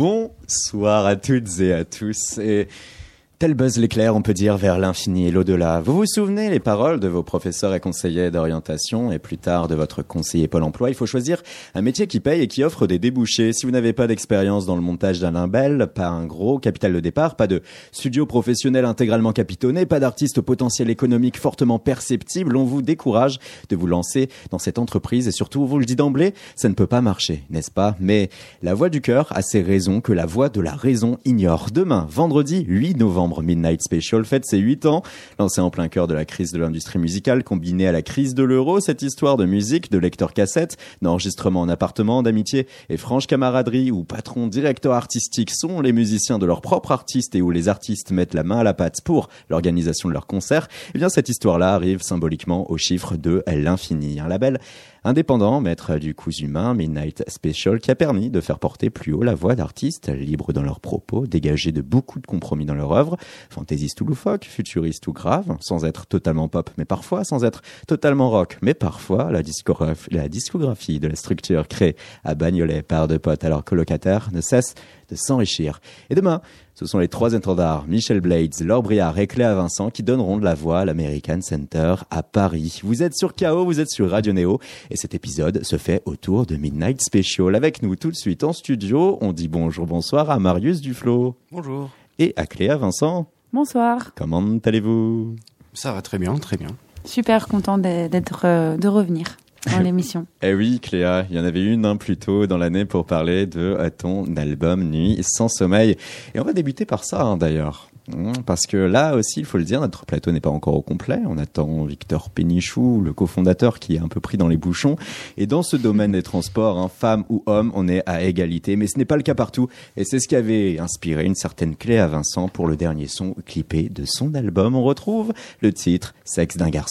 Bonsoir à toutes et à tous. Et tel Buzz l'éclair, on peut dire, vers l'infini et l'au-delà. Vous vous souvenez les paroles de vos professeurs et conseillers d'orientation et plus tard de votre conseiller Pôle emploi? Il faut choisir un métier qui paye et qui offre des débouchés. Si vous n'avez pas d'expérience dans le montage d'un label, pas un gros capital de départ, pas de studio professionnel intégralement capitonné, pas d'artiste au potentiel économique fortement perceptible, on vous décourage de vous lancer dans cette entreprise et surtout, on vous le dit d'emblée, ça ne peut pas marcher, n'est-ce pas? Mais la voix du cœur a ses raisons que la voix de la raison ignore. Demain, vendredi 8 novembre, Midnight Special fête ses 8 ans. Lancé en plein cœur de la crise de l'industrie musicale, combinée à la crise de l'euro, cette histoire de musique, de lecteur cassette, d'enregistrement en appartement, d'amitié et franche camaraderie où patron, directeur artistique sont les musiciens de leur propre artiste et où les artistes mettent la main à la pâte pour l'organisation de leurs concerts, eh bien cette histoire-là arrive symboliquement au chiffre de l'infini. Un label indépendant, maître du cousu main, Midnight Special, qui a permis de faire porter plus haut la voix d'artistes libres dans leurs propos, dégagés de beaucoup de compromis dans leur œuvre, fantaisistes ou loufoques, futuristes ou graves, sans être totalement pop, mais parfois sans être totalement rock, mais parfois la discographie de la structure créée à Bagnolet par deux potes à leurs colocataires ne cesse de s'enrichir. Et demain, ce sont les trois étendards, Michel Blades, Laure Briard et Cléa Vincent, qui donneront de la voix à l'American Center à Paris. Vous êtes sur KO, vous êtes sur Radio Néo, et cet épisode se fait autour de Midnight Special. Avec nous tout de suite en studio, on dit bonjour, bonsoir à Marius Duflo. Bonjour. Et à Cléa Vincent. Bonsoir. Comment allez-vous? Ça va très bien, très bien. Super content de revenir dans l'émission. Eh oui, Cléa, il y en avait une plus tôt dans l'année pour parler de ton album Nuit sans sommeil. Et on va débuter par ça d'ailleurs. Parce que là aussi, il faut le dire, notre plateau n'est pas encore au complet. On attend Victor Pénichou, le cofondateur, qui est un peu pris dans les bouchons. Et dans ce domaine des transports, femme ou homme, on est à égalité. Mais ce n'est pas le cas partout. Et c'est ce qui avait inspiré une certaine Cléa Vincent pour le dernier son clippé de son album. On retrouve le titre « Sexe d'un garçon ».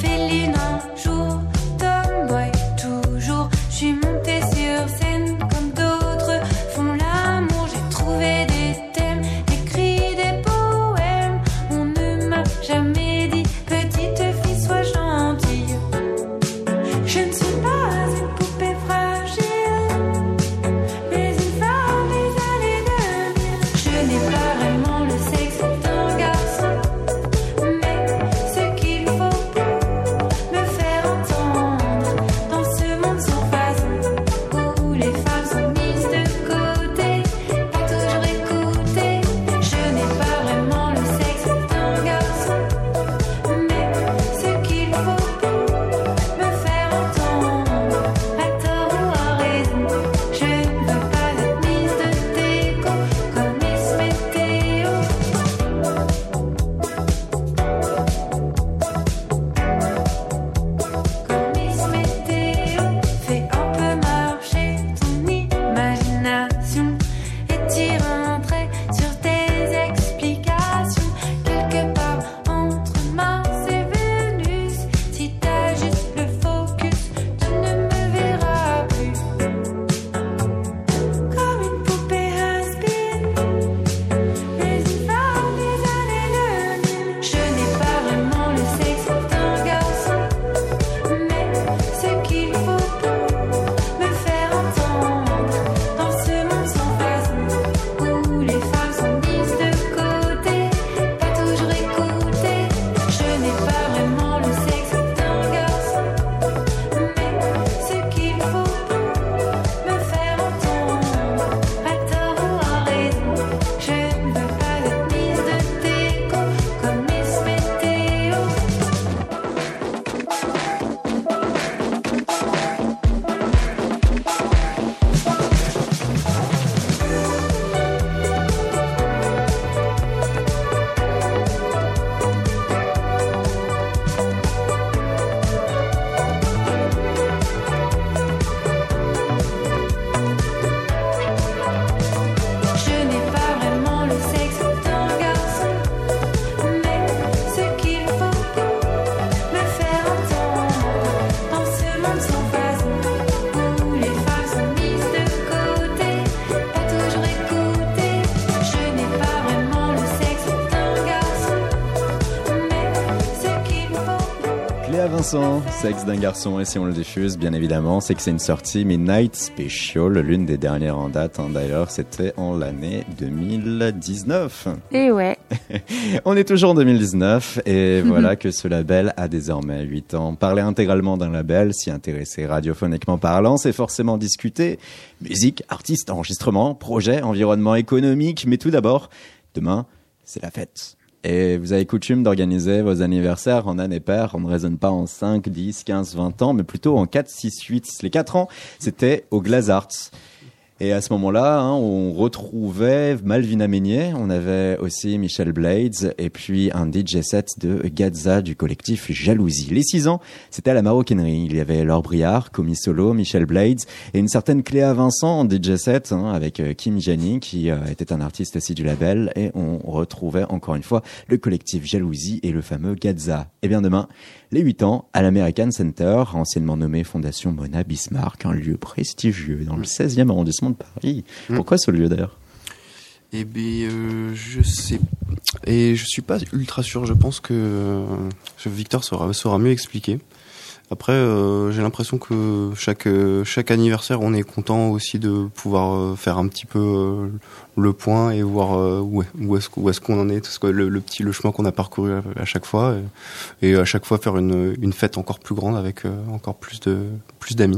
Féline un jour, tomboy toujours, je suis montée sur scène comme Cléa Vincent, Sexe d'un garçon, et si on le diffuse, bien évidemment, c'est que c'est une sortie Midnight Special, l'une des dernières en date, d'ailleurs, c'était en l'année 2019. Et ouais. On est toujours en 2019, et voilà que ce label a désormais 8 ans. Parler intégralement d'un label, s'y intéresser radiophoniquement parlant, c'est forcément discuter musique, artiste, enregistrement, projet, environnement économique, mais tout d'abord, demain, c'est la fête. Et vous avez coutume d'organiser vos anniversaires en année paire. On ne raisonne pas en 5, 10, 15, 20 ans, mais plutôt en 4, 6, 8. Les 4 ans, c'était au Glazart. Et à ce moment-là, on retrouvait Malvina Meignet, on avait aussi Michel Blades, et puis un DJ set de Gadza du collectif Jalousie. Les 6 ans, c'était à la maroquinerie. Il y avait Laure Briard, Comi Solo, Michel Blades, et une certaine Cléa Vincent en DJ set, avec Kim Jani, qui était un artiste aussi du label, et on retrouvait encore une fois le collectif Jalousie et le fameux Gadza. Et bien demain, les 8 ans à l'American Center, anciennement nommé Fondation Mona Bismarck, un lieu prestigieux dans le 16e arrondissement de Paris. Pourquoi ce lieu d'ailleurs ? Eh bien, je sais. Et je suis pas ultra sûr. Je pense que Victor saura mieux expliquer. Après, j'ai l'impression que chaque anniversaire, on est content aussi de pouvoir faire un petit peu le point et voir où est-ce qu'on en est, tout ce que le chemin qu'on a parcouru à chaque fois, et à chaque fois faire une fête encore plus grande avec encore plus d'amis.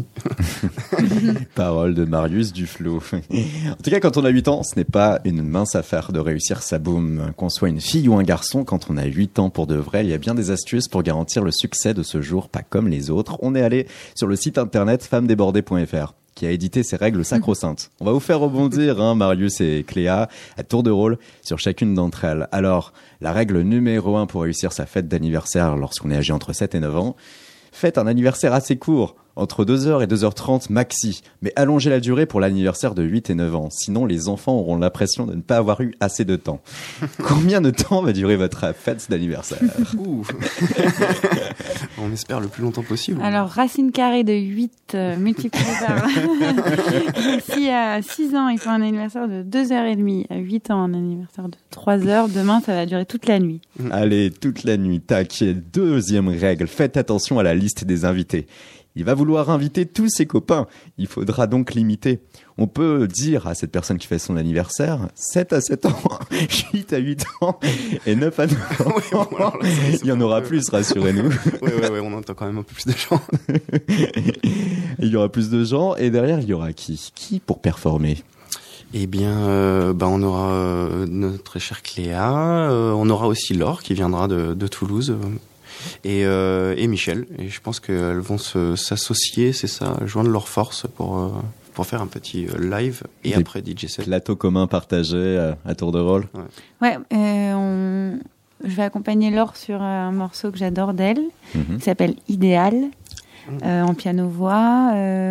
Parole de Marius Duflo. En tout cas, quand on a 8 ans, ce n'est pas une mince affaire de réussir sa boum. Qu'on soit une fille ou un garçon, quand on a 8 ans pour de vrai, il y a bien des astuces pour garantir le succès de ce jour, pas comme les autres. On est allé sur le site internet femmesdébordées.fr, qui a édité ses règles sacro-saintes. On va vous faire rebondir, Marius et Cléa, à tour de rôle sur chacune d'entre elles. Alors, la règle numéro 1 pour réussir sa fête d'anniversaire lorsqu'on est âgé entre 7 et 9 ans, faites un anniversaire assez court, entre 2h et 2h30 maxi, mais allongez la durée pour l'anniversaire de 8 et 9 ans, sinon les enfants auront l'impression de ne pas avoir eu assez de temps. Combien de temps va durer votre fête d'anniversaire ? On espère le plus longtemps possible. Alors, racine carrée de 8 multiplié par... Si à 6 ans, il faut un anniversaire de 2h30, à 8 ans, un anniversaire de 3h, demain, ça va durer toute la nuit. Allez, toute la nuit, tac. Deuxième règle, faites attention à la liste des invités. Il va vouloir inviter tous ses copains. Il faudra donc limiter. On peut dire à cette personne qui fait son anniversaire 7 à 7 ans, 8 à 8 ans et 9 à 9 ans. Oui, bon, alors là, il y en aura plus, rassurez-nous. Oui, on entend quand même un peu plus de gens. Il y aura plus de gens et derrière, il y aura qui ? Qui pour performer ? Eh bien, on aura notre chère Cléa, on aura aussi Laure qui viendra de Toulouse. Et Michel, et je pense qu'elles vont s'associer, c'est ça, joindre leurs forces pour faire un petit live et après DJ set. Plateau commun partagé à tour de rôle. Ouais, je vais accompagner Laure sur un morceau que j'adore d'elle, qui s'appelle Idéal, en piano-voix.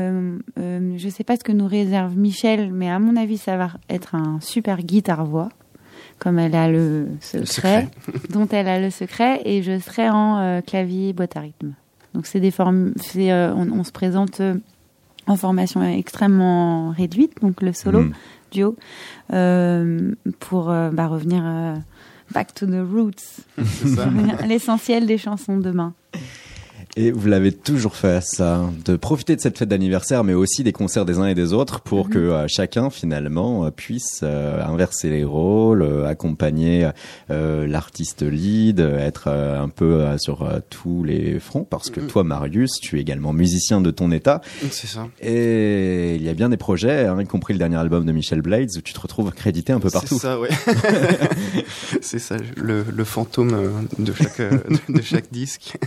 Je sais pas ce que nous réserve Michel, mais à mon avis, ça va être un super guitare-voix. Comme elle a le secret, dont elle a le secret, et je serai en clavier boîte à rythme. Donc c'est on se présente en formation extrêmement réduite, donc le solo, duo, pour revenir back to the roots, c'est ça. à l'essentiel des chansons de demain. Et vous l'avez toujours fait, ça, de profiter de cette fête d'anniversaire, mais aussi des concerts des uns et des autres pour que chacun, finalement, puisse inverser les rôles, accompagner l'artiste lead, être un peu sur tous les fronts, parce que toi, Marius, tu es également musicien de ton état. C'est ça. Et il y a bien des projets, y compris le dernier album de Michel Blades, où tu te retrouves crédité un peu partout. C'est ça, ouais. C'est ça, le fantôme de chaque disque.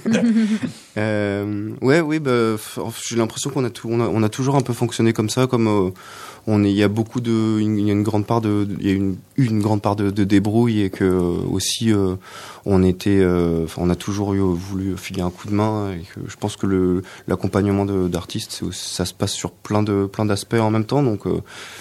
J'ai l'impression qu'on a toujours un peu fonctionné comme ça, comme il y a une grande part de débrouille, et que aussi on a toujours voulu filer un coup de main, et que je pense que l'accompagnement d'artistes, ça se passe sur plein d'aspects en même temps, donc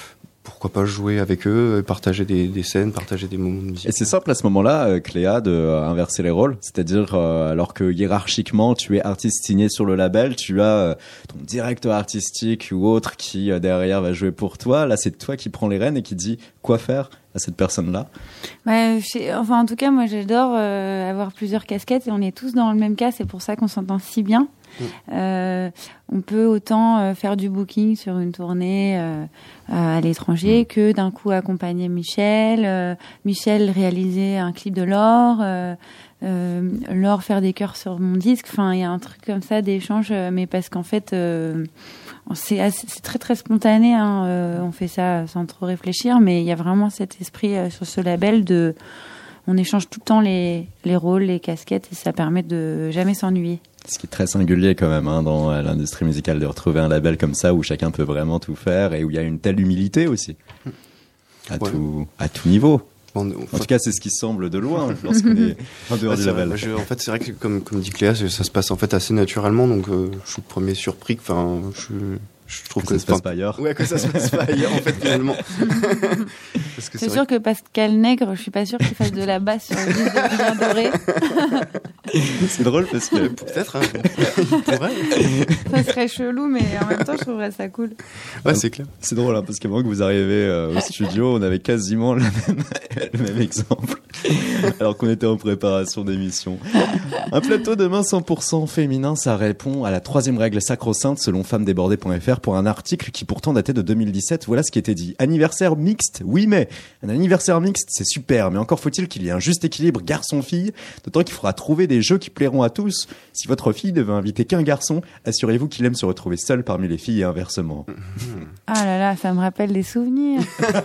pourquoi pas jouer avec eux, partager des scènes, partager des moments de musique. Et c'est simple à ce moment-là, Cléa, de inverser les rôles. C'est-à-dire, alors que hiérarchiquement, tu es artiste signé sur le label, tu as ton directeur artistique ou autre qui, derrière, va jouer pour toi. Là, c'est toi qui prends les rênes et qui dit quoi faire à cette personne-là. En tout cas, moi, j'adore avoir plusieurs casquettes et on est tous dans le même cas. C'est pour ça qu'on s'entend si bien. On peut autant faire du booking sur une tournée à l'étranger que d'un coup accompagner Michel réaliser un clip de Laure, Laure faire des chœurs sur mon disque. Enfin, il y a un truc comme ça d'échange, mais parce qu'en fait c'est très très spontané, hein. On fait ça sans trop réfléchir, mais il y a vraiment cet esprit sur ce label de on échange tout le temps les rôles, les casquettes, et ça permet de jamais s'ennuyer. Ce qui est très singulier quand même dans l'industrie musicale, de retrouver un label comme ça où chacun peut vraiment tout faire et où il y a une telle humilité aussi à tout niveau. En tout cas, c'est ce qui semble de loin lorsqu'on est en dehors du label. En fait, c'est vrai que comme dit Cléa, ça se passe en fait assez naturellement, donc je suis le premier surpris. Enfin, je trouve que ça se passe pas ailleurs. Ouais, que ça se passe pas ailleurs, en fait, finalement. Parce que c'est sûr que Pascal Nègre, je suis pas sûr qu'il fasse de la basse sur le disque de Julien Doré. C'est drôle parce que peut-être, hein, il pourrait. Ça serait chelou, mais en même temps, je trouverais ça cool. Ouais, c'est clair. C'est drôle, hein, parce qu'avant que vous arriviez au studio, on avait quasiment le même exemple, alors qu'on était en préparation d'émission. Un plateau demain 100% féminin, ça répond à la 3e règle sacro-sainte selon femmesdébordées.fr pour un article qui pourtant datait de 2017. Voilà ce qui était dit. Anniversaire mixte, oui, mais un anniversaire mixte, c'est super, mais encore faut-il qu'il y ait un juste équilibre garçon-fille, d'autant qu'il faudra trouver des jeux qui plairont à tous. Si votre fille devait inviter qu'un garçon, assurez-vous qu'il aime se retrouver seul parmi les filles et inversement. Ah là là, ça me rappelle des souvenirs.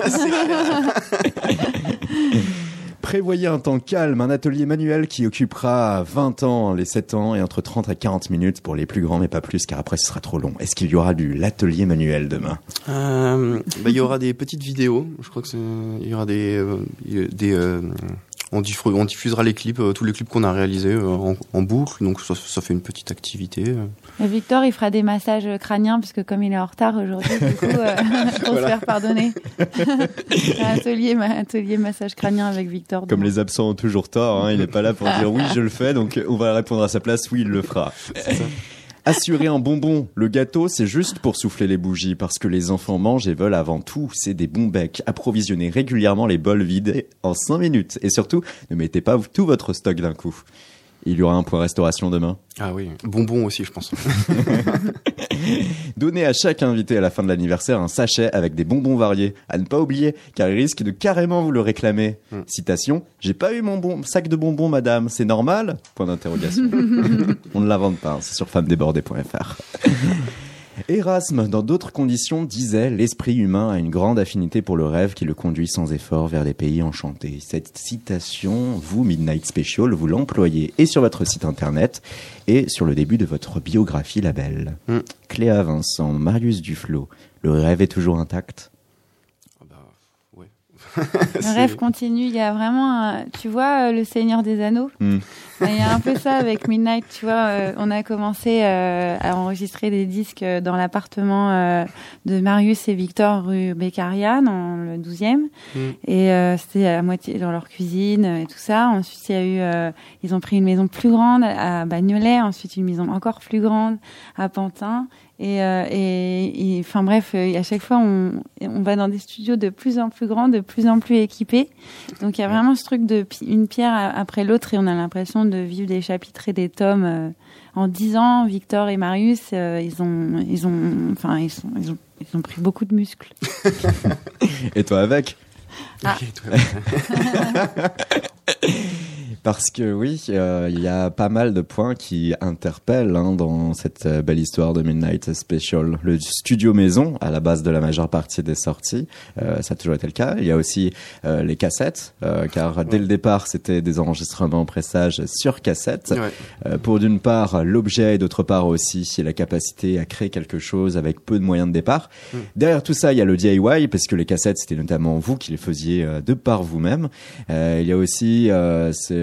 Prévoyez un temps calme, un atelier manuel qui occupera 20 ans, les 7 ans, et entre 30 à 40 minutes pour les plus grands, mais pas plus, car après ce sera trop long. Est-ce qu'il y aura l'atelier manuel demain ? Il y aura des petites vidéos. Je crois que il y aura on diffusera les clips, tous les clips qu'on a réalisés en boucle, donc ça fait une petite activité. Et Victor, il fera des massages crâniens, parce que comme il est en retard aujourd'hui, du coup, pour se faire pardonner. atelier massage crânien avec Victor. Comme les absents ont toujours tort, hein, il n'est pas là pour dire oui, je le fais, donc on va répondre à sa place, oui, il le fera. C'est ça. Assurer un bonbon. Le gâteau, c'est juste pour souffler les bougies, parce que les enfants mangent et veulent avant tout, c'est des bons becs. Approvisionnez régulièrement les bols vides en 5 minutes. Et surtout, ne mettez pas tout votre stock d'un coup. Il y aura un point restauration demain. Ah oui, bonbons aussi, je pense. Donnez à chaque invité à la fin de l'anniversaire un sachet avec des bonbons variés. À ne pas oublier, car il risque de carrément vous le réclamer. Citation, « J'ai pas eu mon sac de bonbons, madame. C'est normal ?» Point d'interrogation. On ne l'invente pas, c'est sur femmesdébordées.fr. Erasme, dans d'autres conditions, disait « L'esprit humain a une grande affinité pour le rêve qui le conduit sans effort vers des pays enchantés. » Cette citation, vous, Midnight Special, vous l'employez et sur votre site internet et sur le début de votre biographie label. Cléa Vincent, Marius Duflo, le rêve est toujours intact ? Ouais. Le rêve continue, il y a vraiment, tu vois, Le Seigneur des Anneaux. Il y a un peu ça avec Midnight, tu vois. On a commencé à enregistrer des disques dans l'appartement de Marius et Victor rue Beccaria, dans le 12e. Et c'était à moitié dans leur cuisine et tout ça. Ensuite, il y a eu, ils ont pris une maison plus grande à Bagnolet, ensuite une maison encore plus grande à Pantin. Et enfin bref, à chaque fois on va dans des studios de plus en plus grands, de plus en plus équipés. Donc il y a vraiment ce truc de une pierre après l'autre et on a l'impression de vivre des chapitres et des tomes. En 10 ans, Victor et Marius, ils ont pris beaucoup de muscles. Et toi avec ? Ah. Okay, toi. Parce que oui, il y a pas mal de points qui interpellent dans cette belle histoire de Midnight Special. Le studio maison, à la base de la majeure partie des sorties, ça a toujours été le cas. Il y a aussi les cassettes, car dès le départ, c'était des enregistrements pressages sur cassette. Pour d'une part l'objet et d'autre part aussi la capacité à créer quelque chose avec peu de moyens de départ. Derrière tout ça, il y a le DIY, parce que les cassettes, c'était notamment vous qui les faisiez de par vous-même. Il y a aussi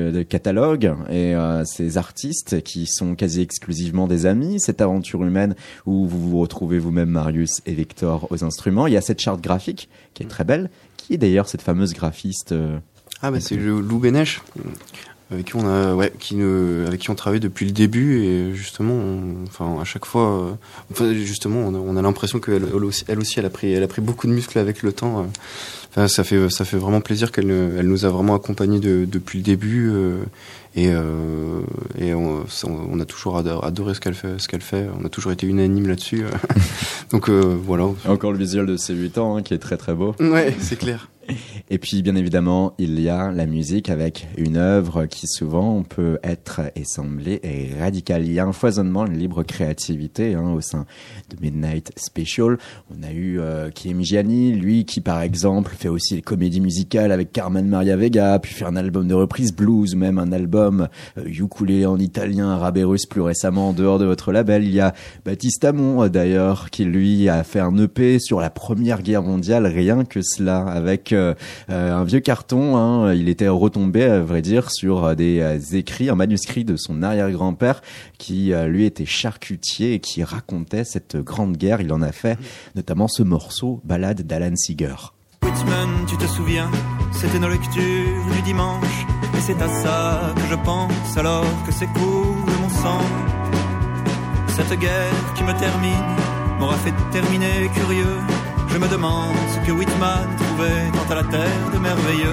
de catalogue et ces artistes qui sont quasi exclusivement des amis, cette aventure humaine où vous vous retrouvez vous-même, Marius et Victor, aux instruments. Il y a cette charte graphique qui est très belle. Qui est d'ailleurs cette fameuse graphiste C'est Lou Bénèche, avec qui avec qui on travaille depuis le début, et justement, à chaque fois, on a l'impression qu'elle aussi, elle a pris beaucoup de muscles avec le temps. Ça fait vraiment plaisir qu'elle nous a vraiment accompagnés depuis le début, et on a toujours adoré ce qu'elle fait. On a toujours été unanime là-dessus. Donc voilà. Encore le visuel de ses 8 ans qui est très très beau. Ouais, c'est clair. Et puis, bien évidemment, il y a la musique avec une œuvre qui souvent peut être assemblée et radicale. Il y a un foisonnement, une libre créativité au sein de Midnight Special. On a eu Kiem Gianni, lui qui, par exemple, fait aussi les comédies musicales avec Carmen Maria Vega, puis fait un album de reprise blues, même un album ukulélé en italien, arabe et russe plus récemment en dehors de votre label. Il y a Baptiste Amon, d'ailleurs, qui lui a fait un EP sur la Première Guerre mondiale, rien que cela, avec un vieux carton. Il était retombé, à vrai dire, sur des écrits, un manuscrit de son arrière-grand-père qui, lui, était charcutier et qui racontait cette grande guerre. Il en a fait notamment ce morceau, Ballade d'Alan Seeger. Whitman, tu te souviens, c'était nos lectures du dimanche, et c'est à ça que je pense alors que s'écoule mon sang. Cette guerre qui me termine m'aura fait terminer curieux. Je me demande ce que Whitman trouvait quant à la terre de merveilleux.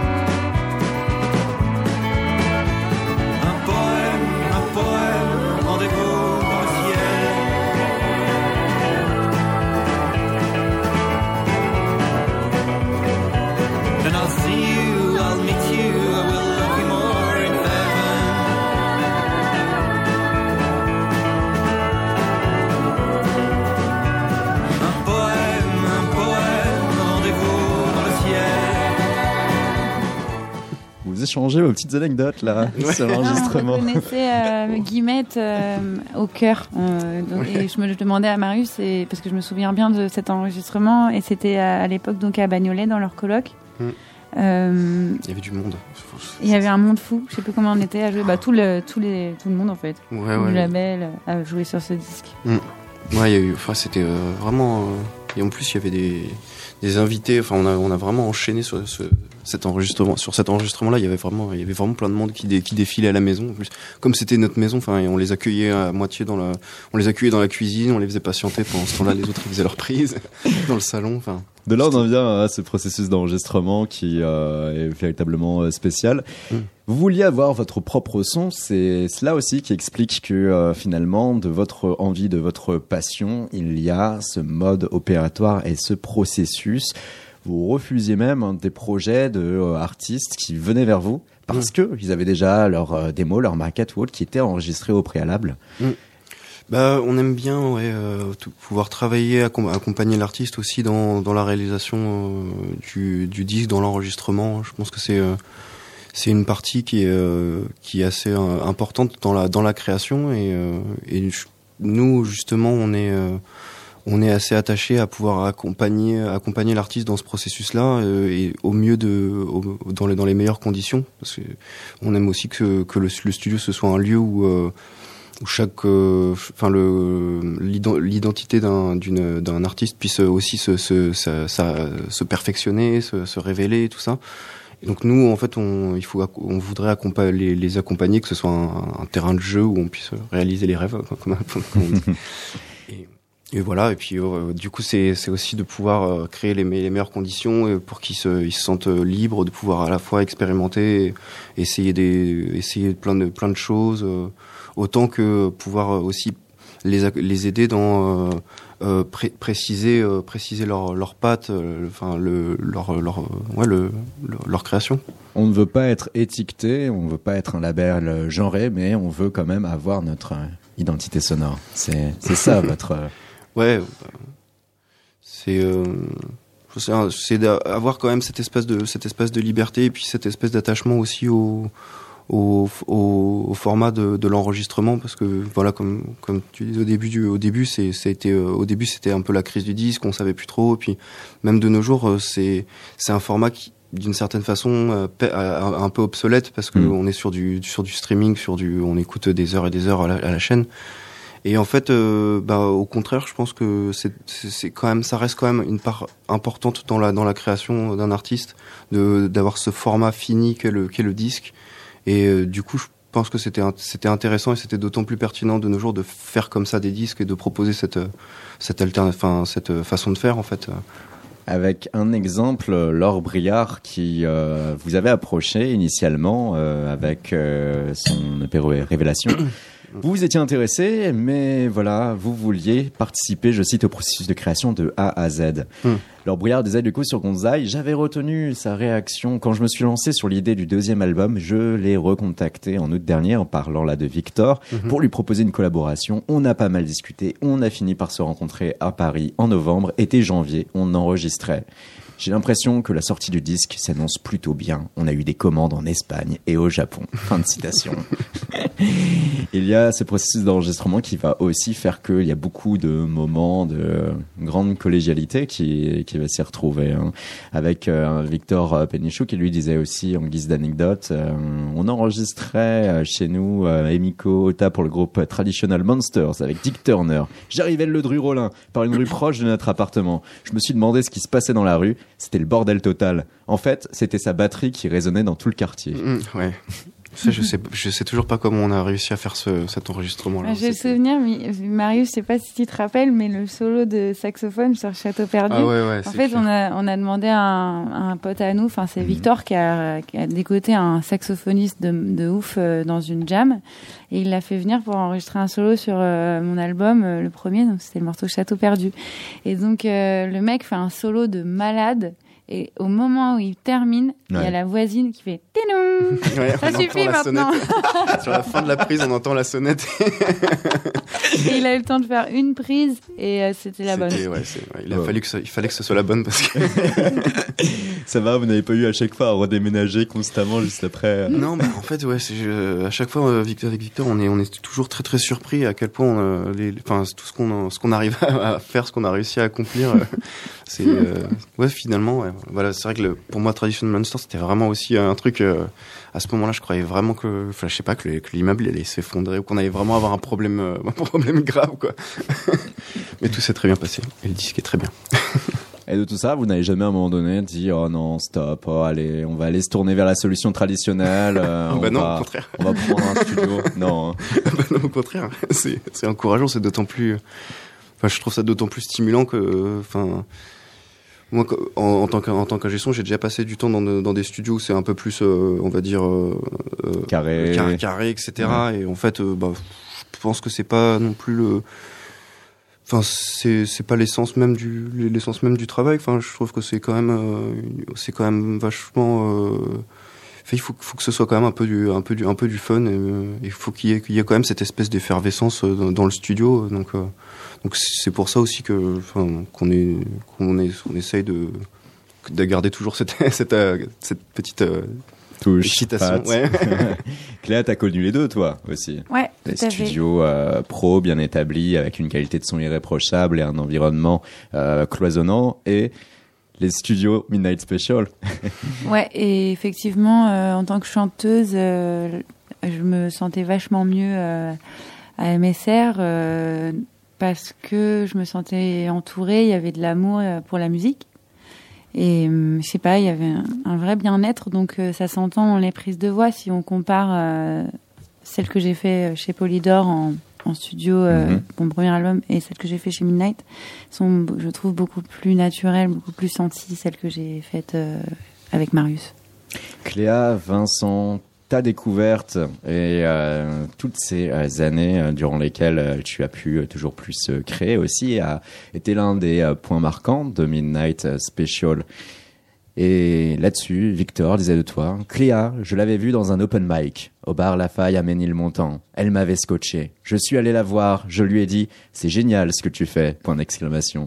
Un poème, rendez-vous dans le ciel. Then I'll see you, I'll meet you, I will love you more in heaven. Un poème, rendez-vous dans le ciel. Vous échangez vos petites anecdotes là sur l'enregistrement. On reconnaissait Guillemette au cœur. Et je me demandais à Marius, parce que je me souviens bien de cet enregistrement, et c'était à l'époque donc à Bagnolet dans leur coloc. Il y avait du monde. Il y avait un monde fou. Je sais plus comment on était à jouer. Tout le monde en fait. Le label a joué sur ce disque. Ouais, il y a eu. C'était vraiment. Et en plus, il y avait des invités. On a vraiment enchaîné sur cet enregistrement. Sur cet enregistrement-là, il y avait vraiment plein de monde qui défilait à la maison. En plus, comme c'était notre maison, on les accueillait à moitié on les accueillait dans la cuisine, on les faisait patienter pendant ce temps-là. Les autres, ils faisaient leur prise dans le salon. De là, on en vient à ce processus d'enregistrement qui est véritablement spécial. Vous vouliez avoir votre propre son, c'est cela aussi qui explique que finalement, de votre envie, de votre passion, il y a ce mode opératoire et ce processus. Vous refusiez même des projets d'artistes qui venaient vers vous parce qu'ils avaient déjà leur démo, leur maquette ou autre qui était enregistré au préalable. On aime bien pouvoir travailler, accompagner l'artiste aussi dans la réalisation du disque, dans l'enregistrement. Je pense que c'est une partie qui est assez importante dans la création, et nous justement on est assez attachés à pouvoir accompagner l'artiste dans ce processus-là, et au mieux dans les meilleures conditions, parce que on aime aussi que le studio ce soit un lieu où l'identité d'un artiste puisse aussi se perfectionner, se révéler, tout ça. Et donc nous, en fait, on voudrait les accompagner, que ce soit un terrain de jeu où on puisse réaliser les rêves, comme on dit. Et voilà. Et puis du coup, c'est aussi de pouvoir créer les meilleures conditions pour qu'ils se sentent libres de pouvoir à la fois expérimenter, essayer plein de choses, autant que pouvoir aussi les aider dans préciser leurs pattes, leur création. On ne veut pas être étiqueté, on ne veut pas être un label genré, mais on veut quand même avoir notre identité sonore. C'est ça votre. Ouais, c'est d'avoir quand même cette espèce de liberté, et puis cette espèce d'attachement aussi au format de l'enregistrement, parce que voilà, comme tu disais au début c'était un peu la crise du disque, on savait plus trop, et puis même de nos jours c'est un format d'une certaine façon un peu obsolète parce que on est sur du streaming, on écoute des heures et des heures à la chaîne. Et en fait, au contraire, je pense que c'est quand même, ça reste quand même une part importante dans la création d'un artiste, d'avoir ce format fini qu'est le disque. Et du coup, je pense que c'était intéressant et c'était d'autant plus pertinent de nos jours de faire comme ça des disques et de proposer cette façon de faire en fait. Avec un exemple, Laure Briard, qui vous avait approché initialement avec son EP Révélation. Vous vous étiez intéressé, mais voilà, vous vouliez participer, je cite, au processus de création de A à Z. Laure Briard disait du coup sur Gonzaï, j'avais retenu sa réaction quand je me suis lancé sur l'idée du 2e album. Je l'ai recontacté en août dernier en parlant là de Victor pour lui proposer une collaboration. On a pas mal discuté, on a fini par se rencontrer à Paris en novembre. Été janvier, on enregistrait. J'ai l'impression que la sortie du disque s'annonce plutôt bien. On a eu des commandes en Espagne et au Japon. Fin de citation. Il y a ce processus d'enregistrement qui va aussi faire qu'il y a beaucoup de moments de grande collégialité qui va s'y retrouver. Hein. Avec Victor Pénichou qui lui disait aussi en guise d'anecdote, on enregistrait chez nous Emiko Ota pour le groupe Traditional Monsters avec Dick Turner. J'arrivais le Dru-Rollin par une rue proche de notre appartement. Je me suis demandé ce qui se passait dans la rue. C'était le bordel total. En fait, c'était sa batterie qui résonnait dans tout le quartier. Ouais. Ça, je sais toujours pas comment on a réussi à faire cet enregistrement-là. J'ai le souvenir, Marius, je sais pas si tu te rappelles, mais le solo de saxophone sur Château Perdu. Ah ouais, en fait, on a demandé à un pote à nous, enfin c'est Victor qui a dégoté un saxophoniste de ouf dans une jam, et il l'a fait venir pour enregistrer un solo sur mon album, le premier, donc c'était le morceau Château Perdu. Et donc le mec fait un solo de malade. Et au moment où il termine, il y a la voisine qui fait Ténoum. Ça suffit maintenant. Sur la fin de la prise, on entend la sonnette. Et il a eu le temps de faire une prise et c'était la bonne. Il fallait que ce soit la bonne parce que. Ça va, vous n'avez pas eu à chaque fois à redéménager constamment juste après. Non, en fait, à chaque fois avec Victor, on est toujours très très surpris à quel point tout ce qu'on arrive à faire, ce qu'on a réussi à accomplir. Finalement. Voilà, c'est vrai que pour moi, Traditional Monster, c'était vraiment aussi un truc. À ce moment-là, je croyais vraiment que l'immeuble allait s'effondrer ou qu'on allait vraiment avoir un problème grave, quoi. Mais tout s'est très bien passé et le disque est très bien. Et de tout ça, vous n'avez jamais à un moment donné dit oh non, stop, allez, on va aller se tourner vers la solution traditionnelle. Au contraire. On va prendre un studio. Non. Non, au contraire. C'est encourageant, c'est d'autant plus. Je trouve ça d'autant plus stimulant que. Moi, en tant qu'ingé son, j'ai déjà passé du temps dans des studios où c'est un peu plus, on va dire, carré, etc. Ouais. Et en fait, je pense que c'est pas non plus c'est pas l'essence même du travail. Je trouve que c'est quand même vachement. Il faut que ce soit quand même un peu du fun. Et il faut qu'il y ait quand même cette espèce d'effervescence dans le studio. Donc c'est pour ça aussi qu'on essaye de garder toujours cette petite touche. Excitation. Ouais. Cléa, t'as connu les deux, toi aussi. Ouais. Des studios pro bien établis avec une qualité de son irréprochable et un environnement cloisonnant et les studios Midnight Special. Ouais, et effectivement, en tant que chanteuse, je me sentais vachement mieux à MSR parce que je me sentais entourée, il y avait de l'amour pour la musique. Et je sais pas, il y avait un vrai bien-être, donc ça s'entend dans les prises de voix. Si on compare celle que j'ai fait chez Polydor en studio, mon premier album, et celle que j'ai fait chez Midnight, sont, je trouve, beaucoup plus naturelles, beaucoup plus senties, celle que j'ai faite avec Marius. Cléa, Vincent, ta découverte et toutes ces années durant lesquelles tu as pu toujours plus créer aussi a été l'un des points marquants de Midnight Special. Et là-dessus, Victor disait de toi, Cléa, je l'avais vue dans un open mic au bar La Faille à Ménilmontant. Elle m'avait scotché. Je suis allé la voir, je lui ai dit, c'est génial ce que tu fais, point d'exclamation.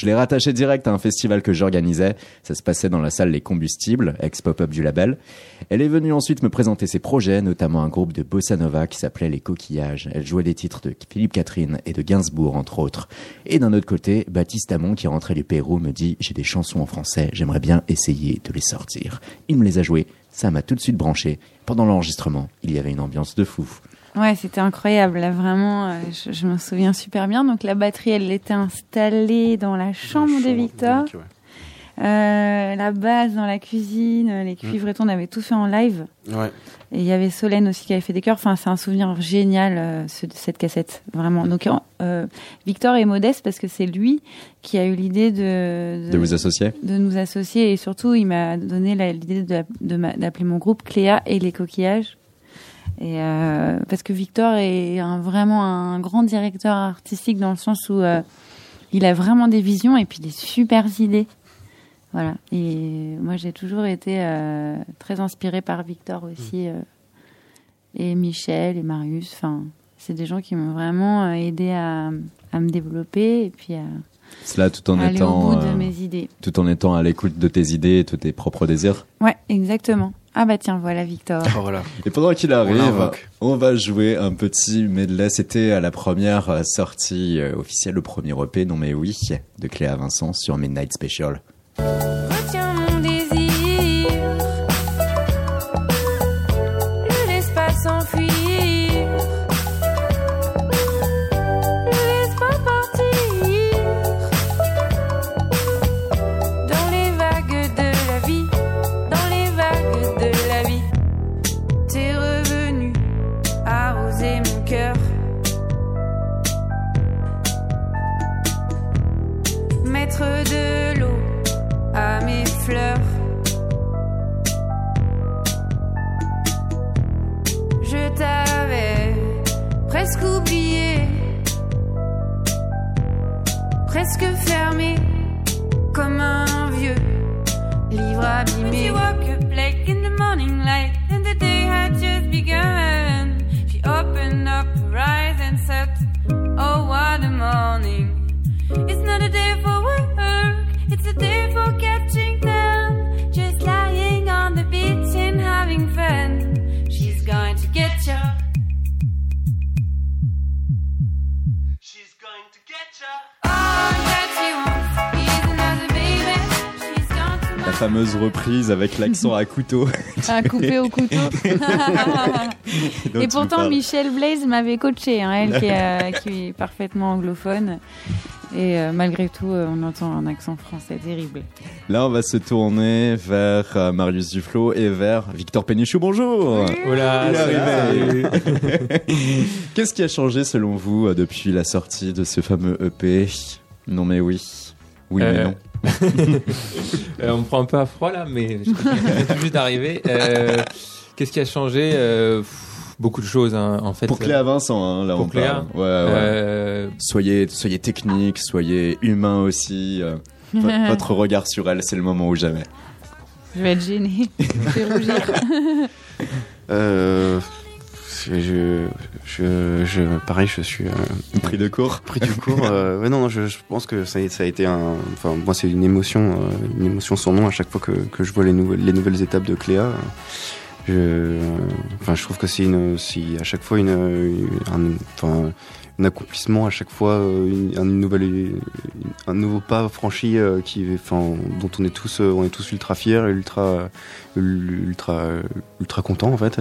Je l'ai rattaché direct à un festival que j'organisais. Ça se passait dans la salle Les Combustibles, ex-pop-up du label. Elle est venue ensuite me présenter ses projets, notamment un groupe de bossa nova qui s'appelait Les Coquillages. Elle jouait des titres de Philippe Catherine et de Gainsbourg, entre autres. Et d'un autre côté, Baptiste Hamon, qui rentrait du Pérou, me dit « J'ai des chansons en français, j'aimerais bien essayer de les sortir. » Il me les a jouées, ça m'a tout de suite branché. Pendant l'enregistrement, il y avait une ambiance de fou. Ouais, c'était incroyable. Là, vraiment, je m'en souviens super bien. Donc, la batterie, elle était installée dans la chambre de Victor. La basse dans la cuisine, les cuivres et tout, on avait tout fait en live. Ouais. Et il y avait Solène aussi qui avait fait des chœurs. Enfin, c'est un souvenir génial, cette cassette. Vraiment. Donc, Victor est modeste parce que c'est lui qui a eu l'idée de vous associer? De nous associer. Et surtout, il m'a donné l'idée d'appeler mon groupe Cléa et les Coquillages. Et parce que Victor est vraiment un grand directeur artistique dans le sens où il a vraiment des visions et puis des super idées. Voilà. Et moi, j'ai toujours été très inspirée par Victor aussi, et Michel et Marius. Enfin, c'est des gens qui m'ont vraiment aidé à me développer et puis à cela tout en aller étant au bout de mes idées. Tout en étant à l'écoute de tes idées et de tes propres désirs. Ouais, exactement. Ah bah tiens, voilà Victor. Oh, voilà. Et pendant qu'il arrive, on va jouer un petit medley. C'était à la première sortie officielle, le premier EP, non mais oui, de Cléa Vincent sur Midnight Special. Retiens mon désir, le laisse pas s'enfuir, le laisse pas partir, dans les vagues de la vie, dans les vagues de la vie. T'es revenu arroser mon cœur, mettre de l'eau à mes fleurs. Je t'avais presque oublié, presque fermé comme un vieux livre abîmé. She woke up late in the morning light and the day had just begun. She opened up her eyes and said, oh what a morning. It's not a day for work, it's a day for catching them, just lying on the beach and having fun. She's going to get you. She's going to get you. All that she wants is another baby. She's going to. La fameuse reprise avec l'accent à couteau. À couper au couteau. Et pourtant, Michel Blaise m'avait coaché, hein, elle qui est parfaitement anglophone. Et malgré tout, on entend un accent français terrible. Là, on va se tourner vers Marius Duflo et vers Victor Pénichou. Bonjour. Voilà, il est arrivé. Qu'est-ce qui a changé selon vous depuis la sortie de ce fameux EP? Non mais oui. Oui mais non. On me prend un peu à froid là, mais je viens tout juste d'arriver. Qu'est-ce qui a changé? Beaucoup de choses, hein, en fait. Pour Cléa Vincent, hein, là pour on Cléa, parle. Ouais. Soyez technique, soyez humain aussi. Votre regard sur elle, c'est le moment ou jamais. Je vais être gênée. Je vais rougir. Pareil, je suis pris de court. Pris du court. Ouais, non, je pense que ça a été enfin, moi, c'est une émotion sans nom à chaque fois que je vois les nouvelles étapes de Cléa. Je trouve que c'est à chaque fois un accomplissement, à chaque fois un nouveau pas franchi dont on est tous ultra fiers, ultra contents en fait.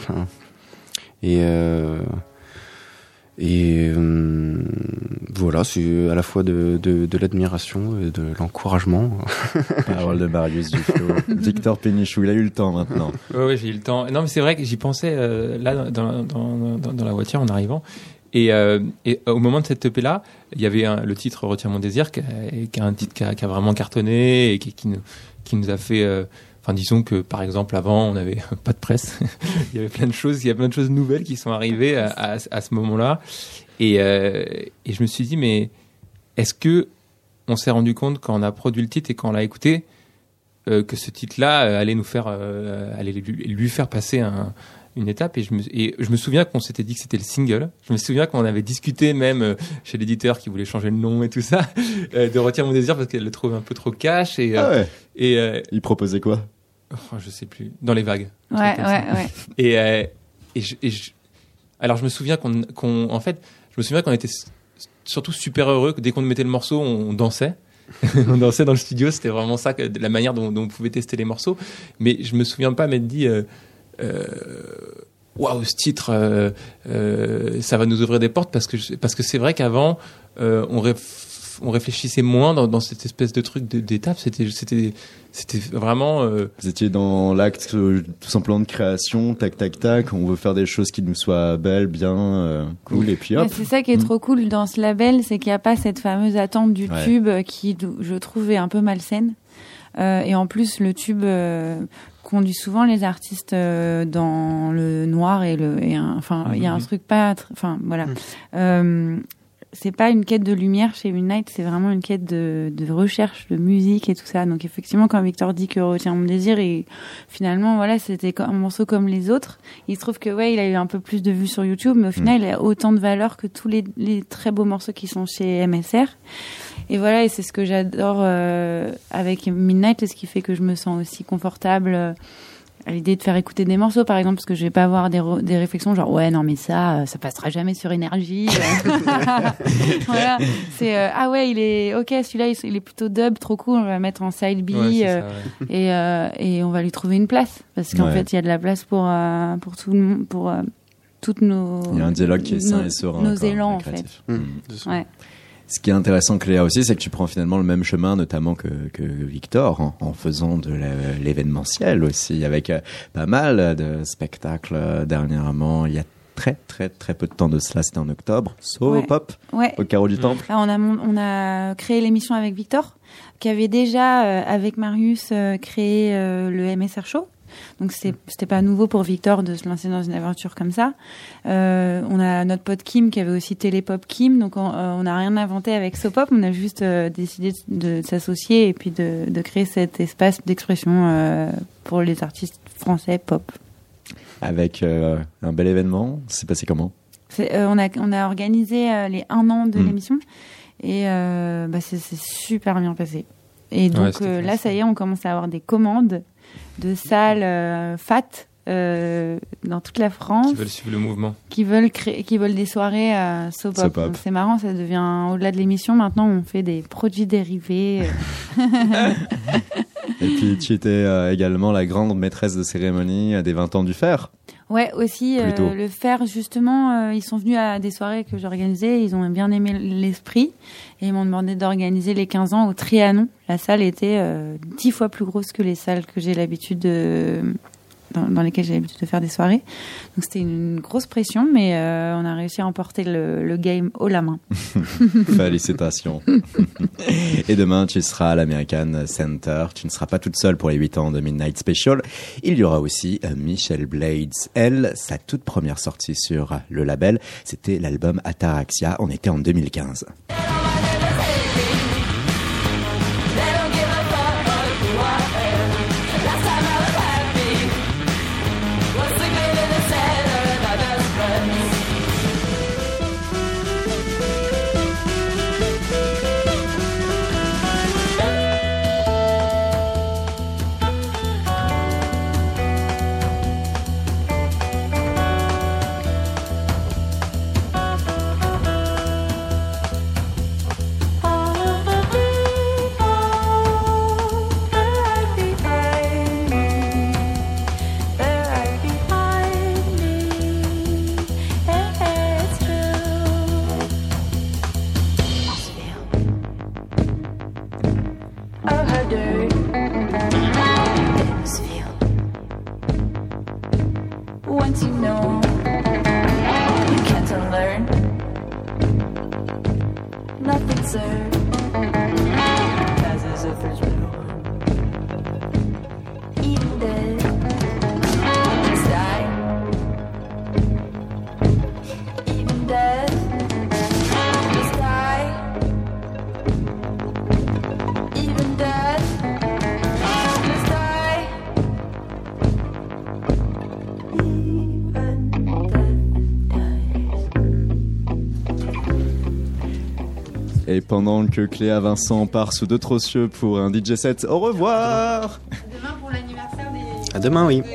Voilà, c'est à la fois de l'admiration et de l'encouragement. Parole de Marius Duflo. Victor Pénichou, il a eu le temps maintenant. Oui, j'ai eu le temps. Non, mais c'est vrai que j'y pensais là dans la voiture en arrivant. Et au moment de cette EP là, il y avait le titre Retiens mon désir, qui est un titre qui a vraiment cartonné et qui nous a fait. Enfin, disons que, par exemple, avant, on n'avait pas de presse. Il y avait plein de choses nouvelles qui sont arrivées à ce moment-là. Et je me suis dit, mais est-ce que on s'est rendu compte quand on a produit le titre et quand on l'a écouté, que ce titre-là allait nous faire, allait lui faire passer une étape, et je me souviens qu'on s'était dit que c'était le single. Je me souviens qu'on avait discuté même chez l'éditeur qui voulait changer le nom et tout ça, de Retire mon désir parce qu'elle le trouvait un peu trop cash. Et il proposait quoi? Je sais plus. Dans les vagues. Ouais. Alors je me souviens en fait, je me souviens qu'on était surtout super heureux que dès qu'on mettait le morceau, on dansait. On dansait dans le studio, c'était vraiment ça, la manière dont on pouvait tester les morceaux. Mais je me souviens pas m'être dit waouh, ce titre, ça va nous ouvrir des portes, parce que c'est vrai qu'avant on réfléchissait moins dans cette espèce de truc d'étape. C'était vraiment. Vous étiez dans l'acte tout simplement de création, tac. On veut faire des choses qui nous soient belles, bien, cool, et puis hop. Mais c'est ça qui est trop cool dans ce label, c'est qu'il n'y a pas cette fameuse attente du tube qui, je trouve, est un peu malsaine. Et en plus, le tube conduit souvent les artistes dans le noir il y a un truc pas, voilà. C'est pas une quête de lumière chez Midnight, c'est vraiment une quête de recherche de musique et tout ça. Donc effectivement, quand Victor dit que Retire mon désir, et finalement voilà, c'était un morceau comme les autres. Il se trouve que il a eu un peu plus de vues sur YouTube, mais au final, il a autant de valeur que tous les très beaux morceaux qui sont chez MSR. Et voilà, et c'est ce que j'adore avec Midnight, et ce qui fait que je me sens aussi confortable à l'idée de faire écouter des morceaux, par exemple, parce que je vais pas avoir des réflexions genre non mais ça passera jamais sur Énergie. Voilà, c'est il est ok, celui-là il est plutôt dub, trop cool, on va le mettre en side B, et on va lui trouver une place, parce qu'en fait il y a de la place pour tout le monde, pour toutes nos. Il y a un dialogue qui est sain et serein. Nos élans en fait. Ouais. Ce qui est intéressant, Cléa, aussi, c'est que tu prends finalement le même chemin, notamment que Victor, en faisant de l'événementiel aussi, avec pas mal de spectacles dernièrement. Il y a très peu de temps de cela, c'était en octobre. Pop au Carreau du Temple. Là, on a créé l'émission avec Victor, qui avait déjà, avec Marius, créé le MSR Show. Donc c'était pas nouveau pour Victor de se lancer dans une aventure comme ça. On a notre pote Kim qui avait aussi Télépop Kim, donc on n'a rien inventé avec SoPop, on a juste décidé de s'associer et puis de créer cet espace d'expression pour les artistes français pop. Avec un bel événement, c'est passé comment? On a organisé les 1 an de l'émission, et c'est super bien passé. Et donc là, ça y est, on commence à avoir des commandes de salles fat dans toute la France qui veulent suivre le mouvement, qui veulent des soirées SoPop. Donc c'est marrant, ça devient, au-delà de l'émission, maintenant on fait des produits dérivés. Et puis tu étais également la grande maîtresse de cérémonie des 20 ans du Fer. Ouais, aussi le Fer, justement, ils sont venus à des soirées que j'organisais, ils ont bien aimé l'esprit, et ils m'ont demandé d'organiser les 15 ans au Trianon. La salle était 10 fois plus grosse que les salles que j'ai l'habitude dans lesquelles j'ai l'habitude de faire des soirées. Donc c'était une grosse pression, mais on a réussi à emporter le game haut la main. Félicitations. Et demain, tu seras à l'American Center. Tu ne seras pas toute seule pour les 8 ans de Midnight Special. Il y aura aussi Michelle Blades. Elle, sa toute première sortie sur le label, c'était l'album Ataraxia. On était en 2015. Et pendant que Cléa Vincent part sous d'autres cieux pour un DJ set, au revoir. Demain pour l'anniversaire des... À demain, oui.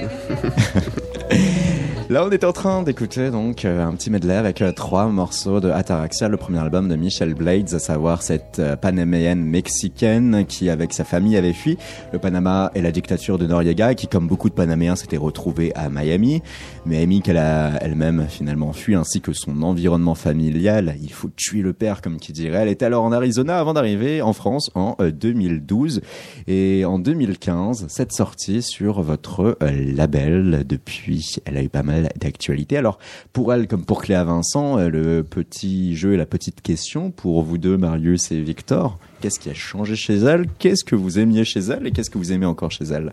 Là, on était en train d'écouter donc un petit medley avec 3 morceaux de Ataraxia, le premier album de Michelle Blades, à savoir cette panaméenne mexicaine qui, avec sa famille, avait fui le Panama et la dictature de Noriega, et qui, comme beaucoup de Panaméens, s'était retrouvée à Miami. Miami qu'elle a elle-même finalement fui, ainsi que son environnement familial. Il faut tuer le père, comme qui dirait. Elle était alors en Arizona avant d'arriver en France en 2012. Et en 2015, cette sortie sur votre label. Depuis, elle a eu pas mal d'actualité. Alors, pour elle, comme pour Cléa Vincent, le petit jeu et la petite question pour vous deux, Marius et Victor. Qu'est-ce qui a changé chez elle? Qu'est-ce que vous aimiez chez elle? Et qu'est-ce que vous aimez encore chez elle?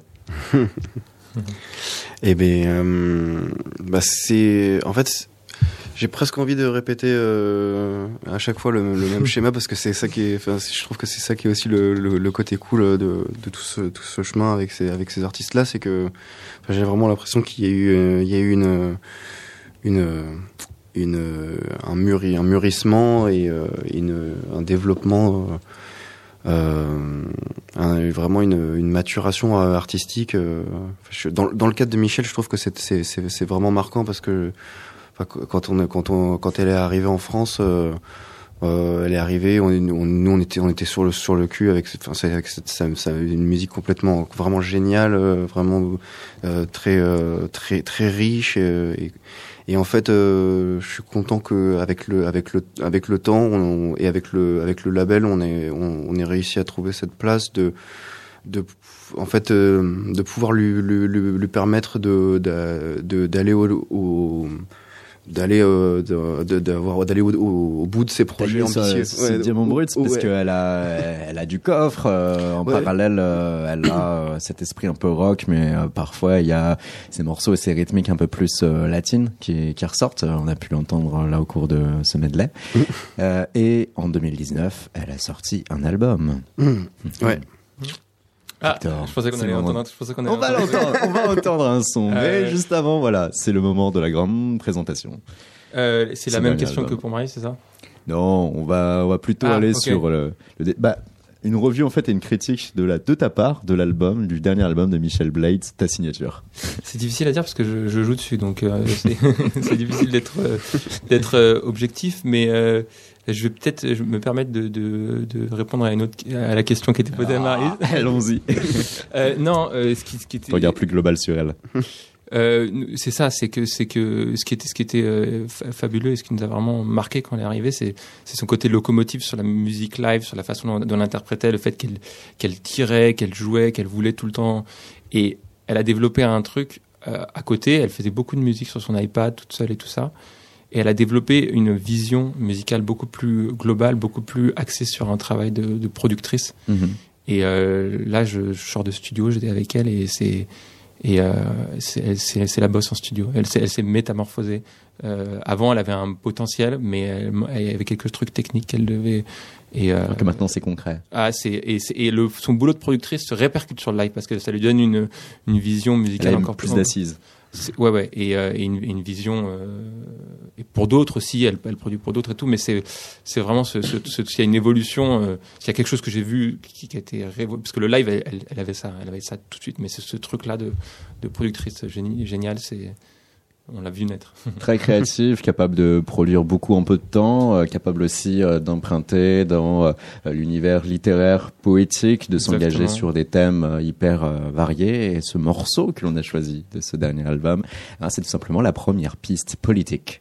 Eh bien, c'est... En fait, j'ai presque envie de répéter à chaque fois le même schéma, parce que c'est ça qui est... Enfin, je trouve que c'est ça qui est aussi le côté cool de tout ce chemin avec ces artistes-là, c'est que j'ai vraiment l'impression qu'il y a eu un mûrissement et un développement, vraiment une maturation artistique. Dans le cadre de Michel, je trouve que c'est vraiment marquant, parce que quand elle est arrivée en France, elle est arrivée, on était sur le cul avec une musique complètement, vraiment géniale, vraiment très riche, et en fait, je suis content que avec le temps et avec le label, on ait réussi à trouver cette place de pouvoir lui permettre d'aller au bout de ses projets ambitieux. C'est Diamant Brut, parce qu'elle a du coffre, en parallèle, elle a cet esprit un peu rock, mais parfois il y a ces morceaux et ces rythmiques un peu plus latines qui ressortent. On a pu l'entendre là au cours de ce medley. Et en 2019, elle a sorti un album. Ouais. Ah, je pensais qu'on allait entendre. On va entendre un son, mais juste avant, voilà, c'est le moment de la grande présentation. C'est la même question que pour Marie, c'est ça? Non, on va plutôt aller sur une revue en fait et une critique de ta part de l'album, du dernier album de Michelle Blades, ta signature. C'est difficile à dire parce que je joue dessus, donc c'est difficile d'être objectif, mais je vais peut-être me permettre de répondre à la question qui était posée à Marie. Allons-y. Non, ce qui était... Regarde plus global sur elle. C'est ça, c'est que ce qui était fabuleux et ce qui nous a vraiment marqué quand elle est arrivée, c'est son côté locomotive sur la musique live, sur la façon dont elle interprétait, le fait qu'elle tirait, qu'elle jouait, qu'elle voulait tout le temps. Et elle a développé un truc à côté. Elle faisait beaucoup de musique sur son iPad toute seule et tout ça. Et elle a développé une vision musicale beaucoup plus globale, beaucoup plus axée sur un travail de productrice. Mm-hmm. Et là, je sors de studio, j'étais avec elle et c'est la boss en studio. Elle s'est métamorphosée. Avant, elle avait un potentiel, mais elle avait quelques trucs techniques qu'elle devait. Que maintenant, c'est concret. Son boulot de productrice se répercute sur le live parce que ça lui donne une vision musicale encore plus d'assises. Ouais, et une vision. Et pour d'autres aussi, elle produit pour d'autres et tout, mais c'est vraiment s'il y a une évolution, s'il y a quelque chose que j'ai vu qui a été parce que le live, elle avait ça tout de suite, mais c'est ce truc-là de productrice génial, on l'a vu naître. Très créative, capable de produire beaucoup en peu de temps, capable aussi d'emprunter dans l'univers littéraire, poétique, de s'engager Exactement. sur des thèmes hyper variés. Et ce morceau que l'on a choisi de ce dernier album, c'est tout simplement la première piste politique.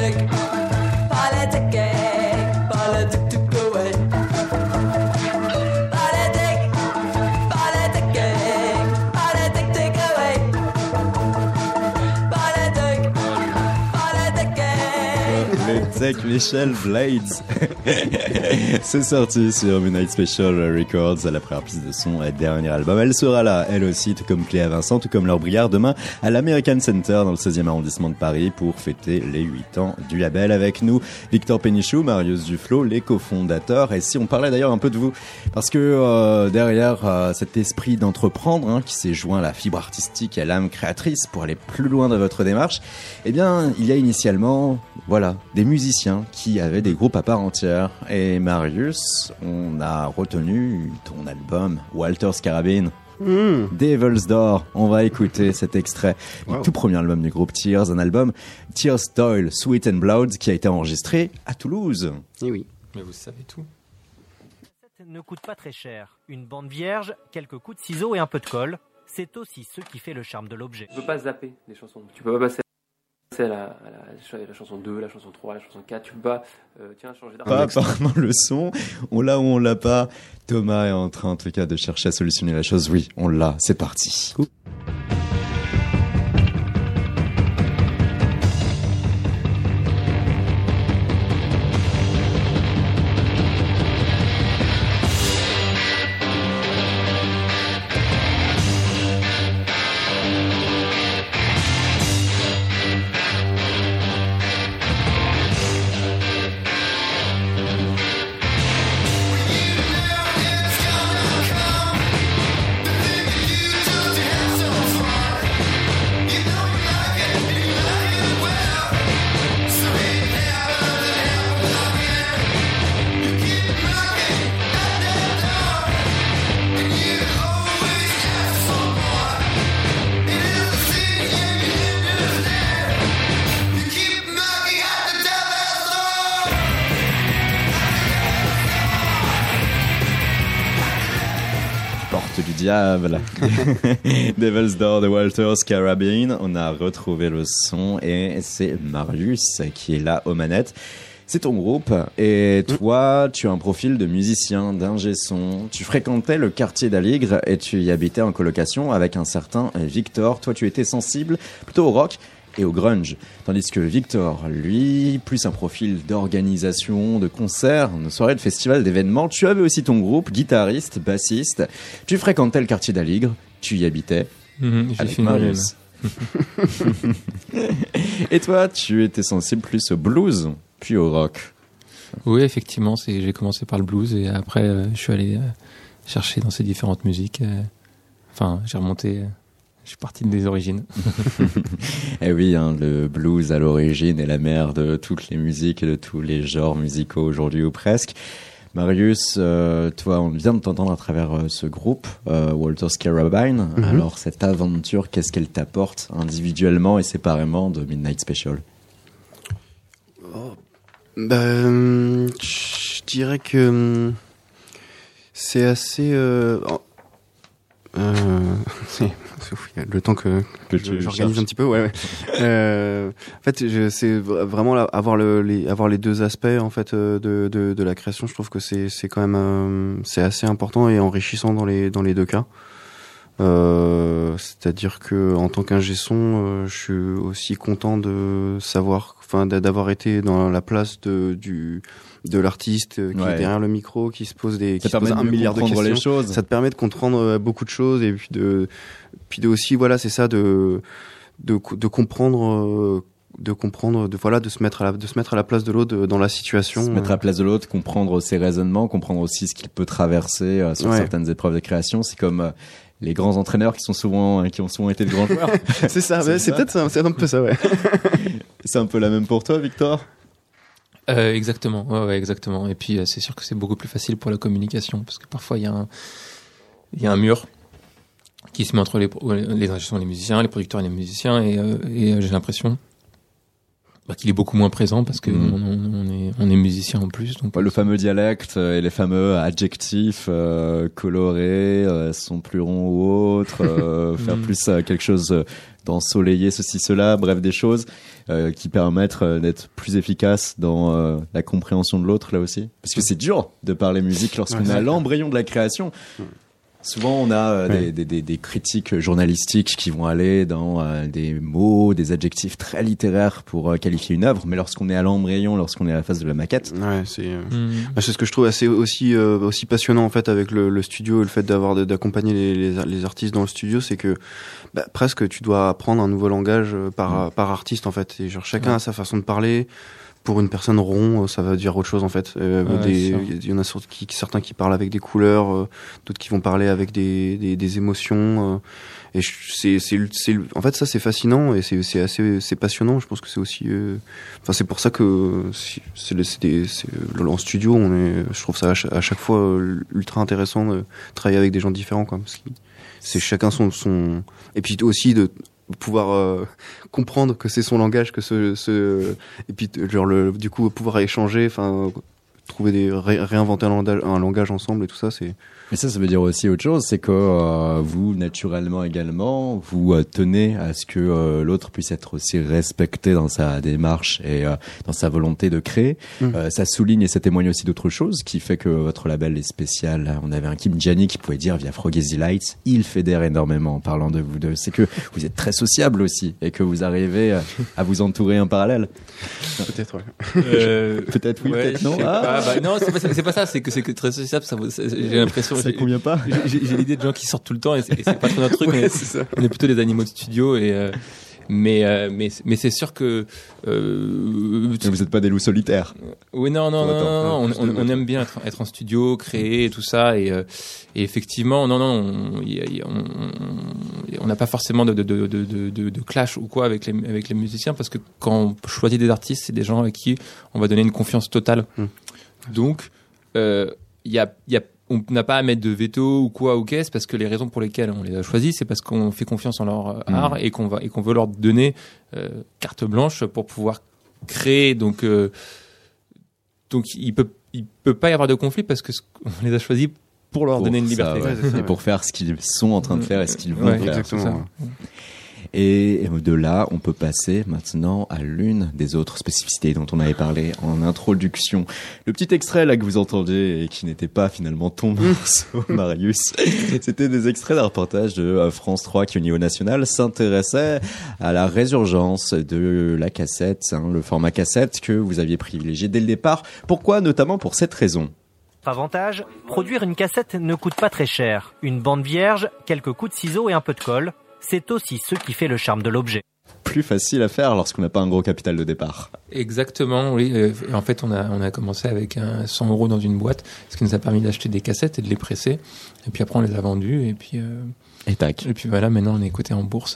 Avec Michel Blades. C'est sorti sur Midnight Special Records, la première piste de son dernier album. Elle sera là, elle aussi, tout comme Cléa Vincent, tout comme Laure Briard, demain à l'American Center dans le 16e arrondissement de Paris pour fêter les 8 ans du label. Avec nous, Victor Pénichou, Marius Duflo, les cofondateurs. Et si on parlait d'ailleurs un peu de vous, parce que derrière cet esprit d'entreprendre qui s'est joint à la fibre artistique et à l'âme créatrice pour aller plus loin dans votre démarche, eh bien, il y a initialement, des musiciens qui avaient des groupes à part entière. Et Marius, on a retenu ton album Walter's Carabine. Devil's Door. On va écouter cet extrait du tout premier album du groupe Tears, un album Tears Toil, Sweat and Blood qui a été enregistré à Toulouse. Et oui. Mais vous savez tout. Ne coûte pas très cher. Une bande vierge, quelques coups de ciseaux et un peu de colle. C'est aussi ce qui fait le charme de l'objet. Tu peux pas zapper des chansons. Tu peux pas passer la chanson 2, la chanson 3, la chanson 4, tu peux pas changer d'artiste. Pas apparemment le son, on l'a ou on l'a pas. Thomas est en train en tout cas de chercher à solutionner la chose. Oui, on l'a, c'est parti. du diable. Devil's Door de Walter's Carabine. On a retrouvé le son et c'est Marius qui est là aux manettes. C'est ton groupe et toi, tu as un profil de musicien, d'ingé son. Tu fréquentais le quartier d'Aligre et tu y habitais en colocation avec un certain Victor. Toi, tu étais sensible plutôt au rock et au grunge. Tandis que Victor, lui, plus un profil d'organisation, de concerts, de soirées, de festivals, d'événements. Tu avais aussi ton groupe, guitariste, bassiste. Tu fréquentais le quartier d'Aligre, tu y habitais. Avec Marius. Et toi, tu étais sensible plus au blues, puis au rock. Oui, effectivement, j'ai commencé par le blues et après, je suis allé chercher dans ces différentes musiques. Enfin, j'ai remonté... Je suis parti des origines. Eh oui, le blues à l'origine est la mère de toutes les musiques et de tous les genres musicaux aujourd'hui ou presque. Marius, toi, on vient de t'entendre à travers ce groupe, Walter's Carabine. Alors, cette aventure, qu'est-ce qu'elle t'apporte individuellement et séparément de Midnight Special ? Je dirais que c'est assez... le temps que j'organise un petit peu, ouais. En fait, c'est vraiment avoir les deux aspects en fait de la création. Je trouve que c'est quand même c'est assez important et enrichissant dans les deux cas. C'est-à-dire que en tant qu'ingé son, je suis aussi content de savoir, d'avoir été dans la place de l'artiste qui est derrière le micro, qui se pose un milliard de questions. Les choses. Ça te permet de comprendre beaucoup de choses et puis de aussi c'est ça de comprendre. De se mettre à la place de l'autre dans la situation. Se mettre à la place de l'autre, comprendre ses raisonnements, comprendre aussi ce qu'il peut traverser sur certaines épreuves de création. C'est comme les grands entraîneurs qui ont souvent été de grands joueurs. C'est ça, c'est peut-être ça, c'est un peu ça, ouais. C'est un peu la même pour toi, Victor? Exactement, ouais, exactement. Et puis c'est sûr que c'est beaucoup plus facile pour la communication parce que parfois il y a un mur qui se met entre les ingénieurs et les musiciens, les producteurs et les musiciens, et j'ai l'impression, qu'il est beaucoup moins présent parce que on est musicien en plus. Donc le fameux dialecte et les fameux adjectifs colorés, sont plus ronds ou autres, faire plus quelque chose d'ensoleillé, ceci, cela, bref, des choses qui permettent d'être plus efficace dans la compréhension de l'autre là aussi. Parce que c'est dur de parler musique lorsqu'on est à l'embryon de la création. Souvent, on a des critiques journalistiques qui vont aller dans des mots, des adjectifs très littéraires pour qualifier une œuvre. Mais lorsqu'on est à l'embryon, lorsqu'on est à la phase de la maquette, c'est ce que je trouve assez aussi passionnant en fait avec le studio, le fait d'accompagner les artistes dans le studio, c'est que presque tu dois apprendre un nouveau langage par artiste en fait. Et genre chacun a sa façon de parler. Pour une personne rond, ça va dire autre chose en fait. Il y en a certains qui parlent avec des couleurs, d'autres qui vont parler avec des émotions. Et en fait ça c'est fascinant et c'est passionnant. Je pense que c'est aussi, c'est pour ça que en studio je trouve ça à chaque fois ultra intéressant de travailler avec des gens différents quoi. Parce que c'est chacun son et puis aussi de pouvoir comprendre que c'est son langage, que et puis genre du coup pouvoir échanger, trouver réinventer un langage ensemble et tout ça, c'est. Mais ça veut dire aussi autre chose, c'est que vous, naturellement également, vous tenez à ce que l'autre puisse être aussi respecté dans sa démarche et dans sa volonté de créer. Ça souligne et ça témoigne aussi d'autres choses, qui fait que votre label est spécial. On avait un Kim Gianni qui pouvait dire via Froggy Lights, il fédère énormément en parlant de vous deux. C'est que vous êtes très sociable aussi et que vous arrivez à vous entourer en parallèle. Peut-être, peut-être oui, peut-être non. Non, c'est pas ça, c'est que très sociable, j'ai l'impression. Ça convient pas. J'ai l'idée de gens qui sortent tout le temps et c'est pas trop notre truc, mais on est plutôt des animaux de studio mais c'est sûr que vous n'êtes pas des loups solitaires. Oui, non, on aime bien être en studio, créer et tout ça et effectivement, on n'a pas forcément de clash ou quoi avec les musiciens parce que quand on choisit des artistes, c'est des gens avec qui on va donner une confiance totale. Donc on n'a pas à mettre de veto ou quoi ou qu'est-ce parce que les raisons pour lesquelles on les a choisis, c'est parce qu'on fait confiance en leur art et qu'on veut leur donner carte blanche pour pouvoir créer. Donc il peut pas y avoir de conflit parce que on les a choisis pour leur donner une liberté. Et pour faire ce qu'ils sont en train de faire et ce qu'ils vont faire. Exactement. Et de là, on peut passer maintenant à l'une des autres spécificités dont on avait parlé en introduction. Le petit extrait là que vous entendiez et qui n'était pas finalement ton morceau, Marius, c'était des extraits d'un reportage de France 3 qui au niveau national s'intéressait à la résurgence de la cassette, le format cassette que vous aviez privilégié dès le départ. Pourquoi? Notamment pour cette raison. Avantage, produire une cassette ne coûte pas très cher. Une bande vierge, quelques coups de ciseaux et un peu de colle. C'est aussi ce qui fait le charme de l'objet. Plus facile à faire lorsqu'on n'a pas un gros capital de départ. Exactement, oui. En fait, on a commencé avec 100 € dans une boîte, ce qui nous a permis d'acheter des cassettes et de les presser. Et puis après, on les a vendues et puis... Et tac. Et puis voilà, maintenant on est coté en bourse.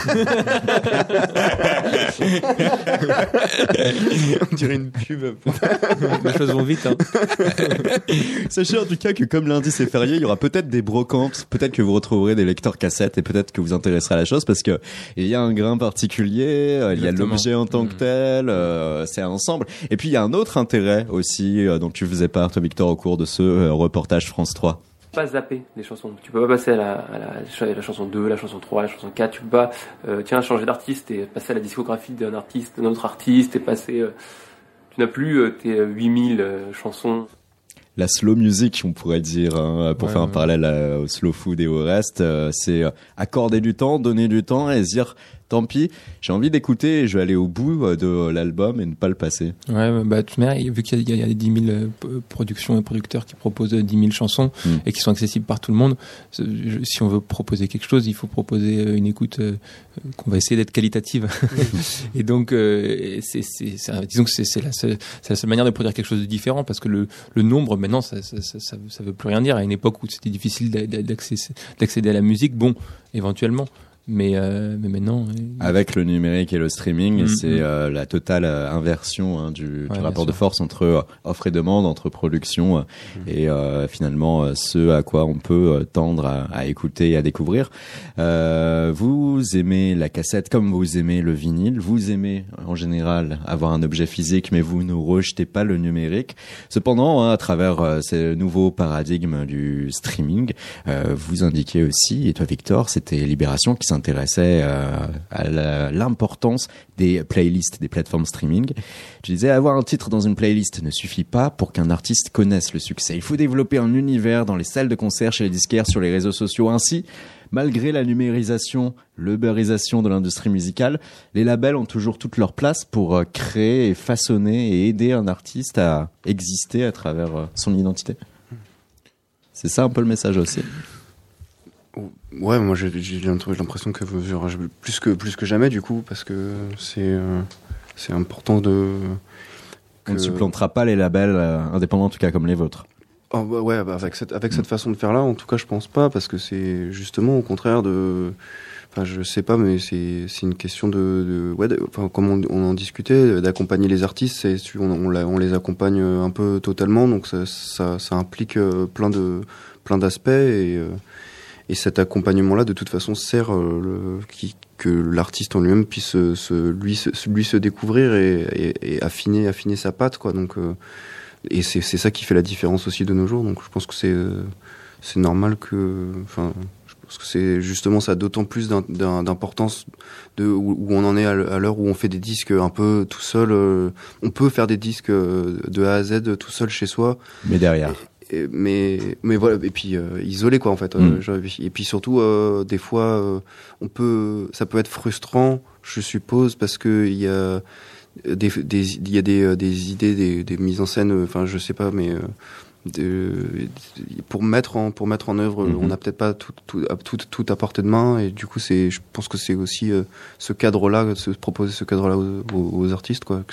On dirait une pub. Les choses vont vite. Sachez en tout cas que comme lundi c'est férié, il y aura peut-être des brocantes, peut-être que vous retrouverez des lecteurs cassettes et peut-être que vous intéresserez à la chose parce que il y a un grain particulier, il y a l'objet en tant que tel, c'est un ensemble. Et puis il y a un autre intérêt aussi dont tu faisais part, toi Victor, au cours de ce reportage France 3. Pas zapper des chansons. Tu peux pas passer à la chanson 2, la chanson 3, la chanson 4. Tu peux pas, changer d'artiste et passer à la discographie d'un autre artiste et passer, tu n'as plus tes 8000 chansons. La slow music, on pourrait dire, pour faire un parallèle au slow food et au reste, c'est accorder du temps, donner du temps et se dire, tant pis, j'ai envie d'écouter et je vais aller au bout de l'album et ne pas le passer. Ouais, de toute manière, vu qu'il y a 10 000 productions et producteurs qui proposent 10 000 chansons et qui sont accessibles par tout le monde, si on veut proposer quelque chose, il faut proposer une écoute qu'on va essayer d'être qualitative. Et donc, disons que c'est la seule manière de produire quelque chose de différent parce que le nombre, maintenant, ça veut plus rien dire. À une époque où c'était difficile d'accéder à la musique, bon, éventuellement. Mais maintenant, avec le numérique et le streaming, c'est la totale inversion du rapport de force entre offre et demande, entre production et finalement ce à quoi on peut tendre à écouter et à découvrir. Vous aimez la cassette comme vous aimez le vinyle, vous aimez en général avoir un objet physique, mais vous ne rejetez pas le numérique. Cependant, à travers ces nouveaux paradigmes du streaming, vous indiquez aussi, et toi Victor, c'était Libération qui s'intéressait à l'importance des playlists, des plateformes streaming. Tu disais, avoir un titre dans une playlist ne suffit pas pour qu'un artiste connaisse le succès. Il faut développer un univers dans les salles de concert, chez les disquaires, sur les réseaux sociaux. Ainsi, malgré la numérisation, l'uberisation de l'industrie musicale, les labels ont toujours toute leur place pour créer et façonner et aider un artiste à exister à travers son identité. C'est ça un peu le message aussi. Ouais, moi j'ai l'impression que plus que jamais du coup, parce que c'est important de. On ne supplantera pas les labels indépendants, en tout cas comme les vôtres. Oh, bah ouais, bah avec cette façon de faire là, en tout cas je pense pas, parce que c'est justement au contraire de. Enfin, je sais pas, mais c'est une question comme on en discutait, d'accompagner les artistes. On les accompagne un peu totalement, donc ça implique plein d'aspects et cet accompagnement-là, de toute façon, sert que l'artiste en lui-même puisse lui se découvrir et affiner sa patte, quoi. Donc, et c'est ça qui fait la différence aussi de nos jours. Donc, je pense que c'est normal que, enfin, je pense que c'est justement ça a d'autant plus d'importance où on en est à l'heure où on fait des disques un peu tout seul. On peut faire des disques de A à Z tout seul chez soi. Mais derrière. Mais voilà, et puis isolé quoi en fait. Et puis surtout des fois ça peut être frustrant, je suppose, parce que il y a des idées, des mises en scène, enfin je sais pas, mais pour mettre en œuvre, on n'a peut-être pas tout à portée de main, et du coup je pense que c'est aussi ce cadre-là, proposer ce cadre-là aux artistes, quoi,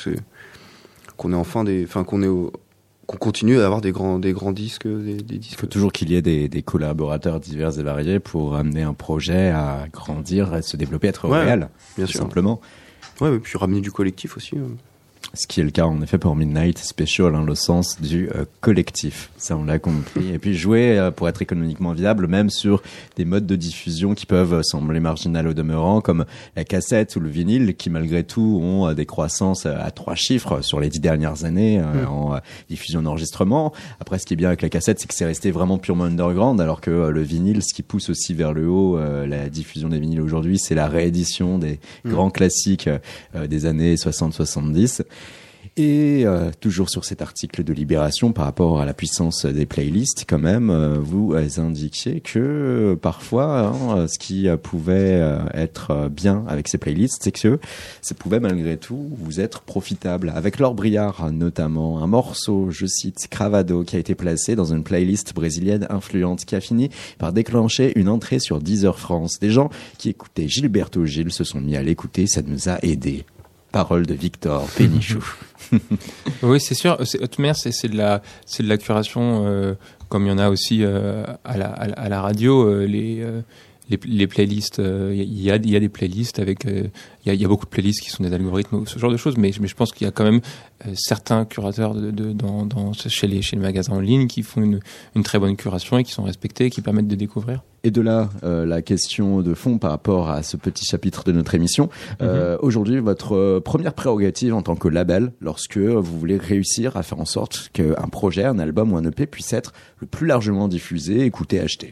qu'on continue à avoir des grands disques, des disques. Il faut toujours qu'il y ait des collaborateurs divers et variés pour amener un projet à grandir, à se développer, être réel, bien tout sûr. Simplement. Ouais, et puis ramener du collectif aussi. Ce qui est le cas en effet pour Midnight Special, le sens du collectif, ça on l'a compris. Et puis jouer pour être économiquement viable, même sur des modes de diffusion qui peuvent sembler marginales au demeurant, comme la cassette ou le vinyle, qui malgré tout ont des croissances à 3 chiffres sur les 10 dernières années en diffusion d'enregistrement. Après, ce qui est bien avec la cassette, c'est que c'est resté vraiment purement underground, alors que le vinyle, ce qui pousse aussi vers le haut la diffusion des vinyles aujourd'hui, c'est la réédition des grands classiques des années 60-70. Et toujours sur cet article de Libération par rapport à la puissance des playlists, quand même, vous indiquiez que parfois, ce qui pouvait être bien avec ces playlists, c'est que ça pouvait malgré tout vous être profitable. Avec Laure Briard notamment, un morceau, je cite, Cravado, qui a été placé dans une playlist brésilienne influente, qui a fini par déclencher une entrée sur Deezer France. Des gens qui écoutaient Gilberto Gil se sont mis à l'écouter, ça nous a aidés. Parole de Victor Pénichou. Oui, c'est sûr. De toute manière, c'est de la curation, comme il y en a aussi à la radio. Les playlists, il y a des playlists avec, il y a beaucoup de playlists qui sont des algorithmes, ce genre de choses. Mais je pense qu'il y a quand même certains curateurs chez les magasins en ligne qui font une très bonne curation et qui sont respectés et qui permettent de découvrir. Et de là, la question de fond par rapport à ce petit chapitre de notre émission. Aujourd'hui, votre première prérogative en tant que label, lorsque vous voulez réussir à faire en sorte qu'un projet, un album ou un EP puisse être le plus largement diffusé, écouté, acheté.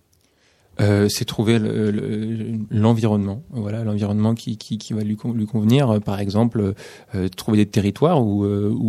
C'est trouver l'environnement, voilà, l'environnement qui va lui convenir. Par exemple, trouver des territoires où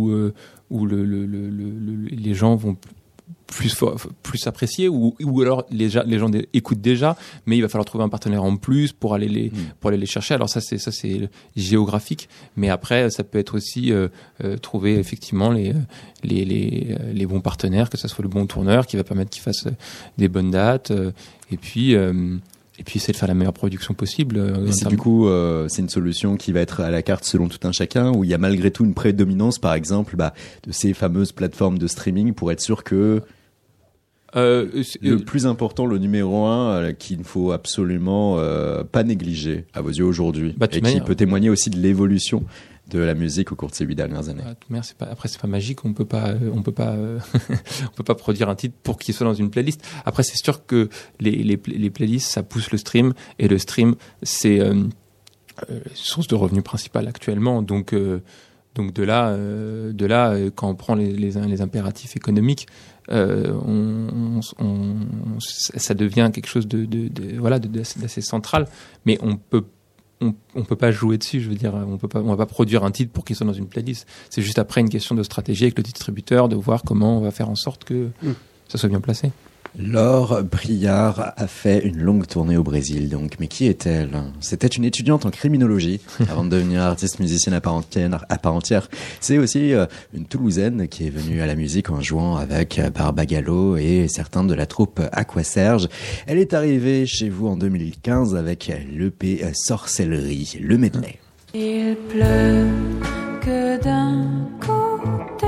les gens vont plus apprécier, ou alors les gens écoutent déjà, mais il va falloir trouver un partenaire en plus pour aller les chercher. Alors ça c'est géographique, mais après ça peut être aussi trouver effectivement les bons partenaires, que ça soit le bon tourneur qui va permettre qu'il fasse des bonnes dates, et puis essayer de faire la meilleure production possible. Du coup, c'est une solution qui va être à la carte selon tout un chacun, où il y a malgré tout une prédominance, par exemple, de ces fameuses plateformes de streaming, pour être sûr que Le plus important, le numéro 1, qu'il ne faut absolument pas négliger à vos yeux aujourd'hui, et qui peut témoigner aussi de l'évolution de la musique au cours de ces 8 dernières années. Après, c'est pas magique. On peut pas produire un titre pour qu'il soit dans une playlist. Après, c'est sûr que les playlists, ça pousse le stream, et le stream, c'est source de revenus principale actuellement. Donc de là, quand on prend les impératifs économiques, ça devient quelque chose d'assez central. Mais on peut pas jouer dessus, je veux dire, on va pas produire un titre pour qu'il soit dans une playlist. C'est juste après une question de stratégie avec le distributeur, de voir comment on va faire en sorte que ça soit bien placé. Laure Briard a fait une longue tournée au Brésil, donc. Mais qui est-elle ? C'était une étudiante en criminologie avant de devenir artiste musicienne à part entière. C'est aussi une Toulousaine qui est venue à la musique en jouant avec Barbagallo et certains de la troupe Aquaserge. Elle est arrivée chez vous en 2015 avec l'EP Sorcellerie, le medley. Il pleut que d'un côté.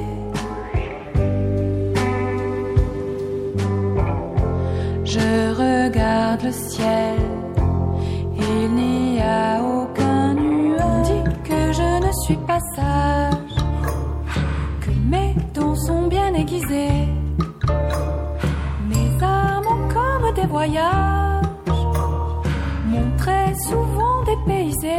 Je regarde le ciel, il n'y a aucun nuage. Dis que je ne suis pas sage, que mes dons sont bien aiguisés, mes armes ont comme des voyages, m'ont très souvent dépaysé.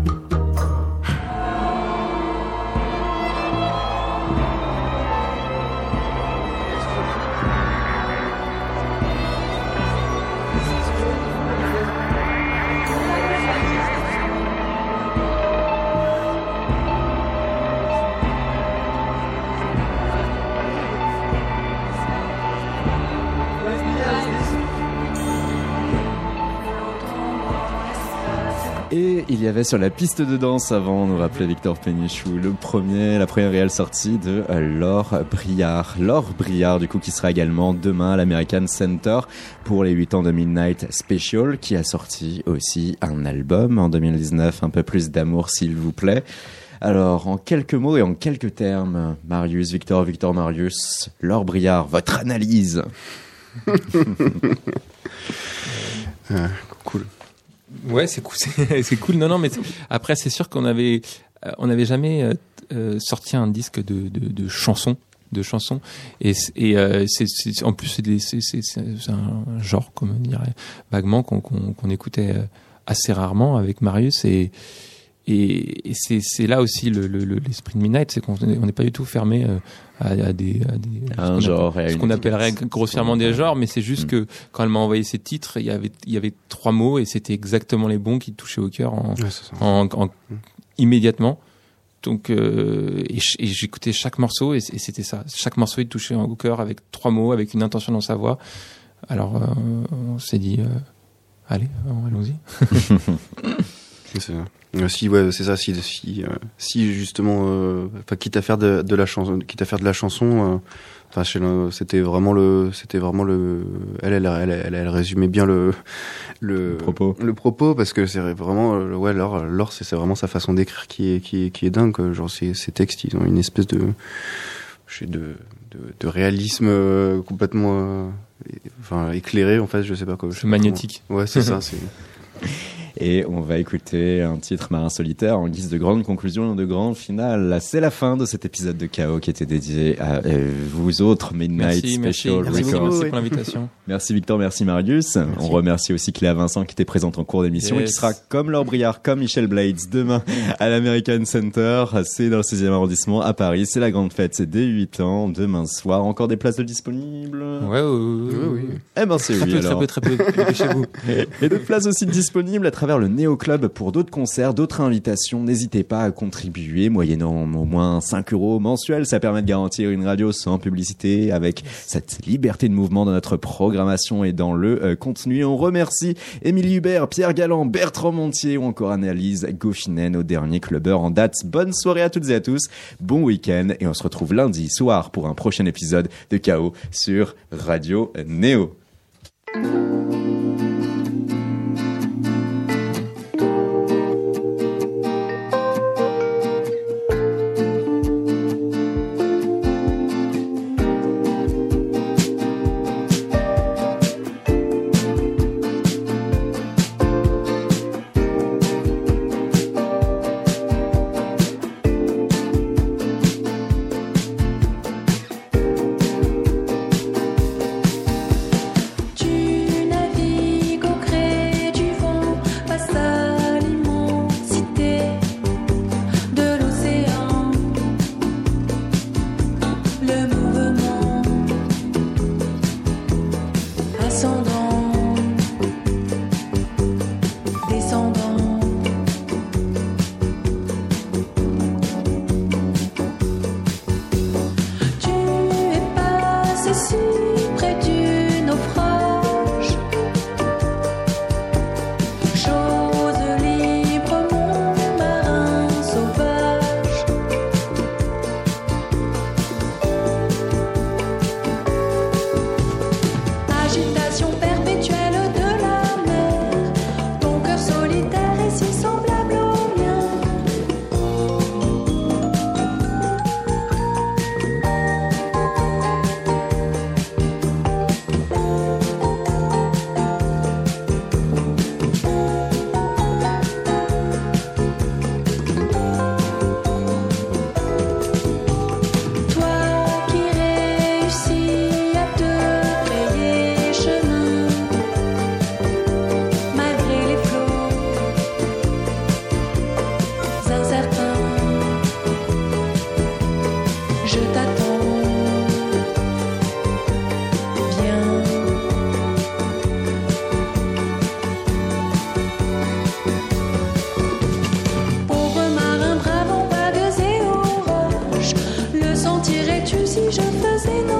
Et il y avait sur la piste de danse, avant, nous rappelait Victor Pénichou, la première réelle sortie de Laure Briard. Laure Briard, du coup, qui sera également demain à l'American Center pour les 8 ans de Midnight Special, qui a sorti aussi un album en 2019, Un peu plus d'amour, s'il vous plaît. Alors, en quelques mots et en quelques termes, Marius, Victor, Marius, Laure Briard, votre analyse. Cool. Ouais, c'est cool, c'est cool. Non, mais après, c'est sûr qu'on avait jamais sorti un disque de chansons, et c'est en plus c'est un genre, comme on dirait vaguement, qu'on écoutait assez rarement avec Marius, et c'est là aussi l'esprit de Midnight, c'est qu'on n'est pas du tout fermé à ce qu'on appellerait grossièrement des genres, mais c'est juste que quand elle m'a envoyé ces titres, il y avait 3 mots et c'était exactement les bons qui touchaient au cœur immédiatement. Donc et j'écoutais chaque morceau et c'était ça. Chaque morceau il touchait au cœur avec 3 mots, avec une intention dans sa voix. Alors on s'est dit allez, allons-y. C'est ça. Si justement, quitte à faire de la chanson, c'était vraiment elle résumait bien le propos, parce que c'est vraiment Laure, c'est vraiment sa façon d'écrire qui est dingue, quoi. Genre ces textes, ils ont une espèce de réalisme complètement éclairé, en fait, je sais pas quoi. C'est magnétique. Ouais, c'est ça. C'est Et on va écouter un titre, Marin solitaire, en guise de grande conclusion et de grande finale. C'est la fin de cet épisode de KO qui était dédié à vous autres, Midnight Special Records. Merci pour l'invitation. Merci Victor, merci Marius. Merci. On remercie aussi Cléa Vincent qui était présente en cours d'émission et qui sera comme Laure Briard, comme Michel Blades demain à l'American Center. C'est dans le 6e arrondissement à Paris. C'est la grande fête, c'est dès 8 ans, demain soir. Encore des places de disponibles? Oui. Eh ben c'est oui alors. Très peu chez vous. Et d'autres places aussi disponibles à travers le Néo Club pour d'autres concerts, d'autres invitations. N'hésitez pas à contribuer, moyennant au moins 5 € mensuels. Ça permet de garantir une radio sans publicité, avec cette liberté de mouvement dans notre programmation et dans le contenu. On remercie Émilie Hubert, Pierre Galland, Bertrand Montier ou encore Annalise Gauffinen au dernier clubbeur en date. Bonne soirée à toutes et à tous, bon week-end et on se retrouve lundi soir pour un prochain épisode de KO sur Radio Néo. je t'attends. Viens. Pauvre marin, bravons pas de zéro roche, le sentirais-tu si je faisais non?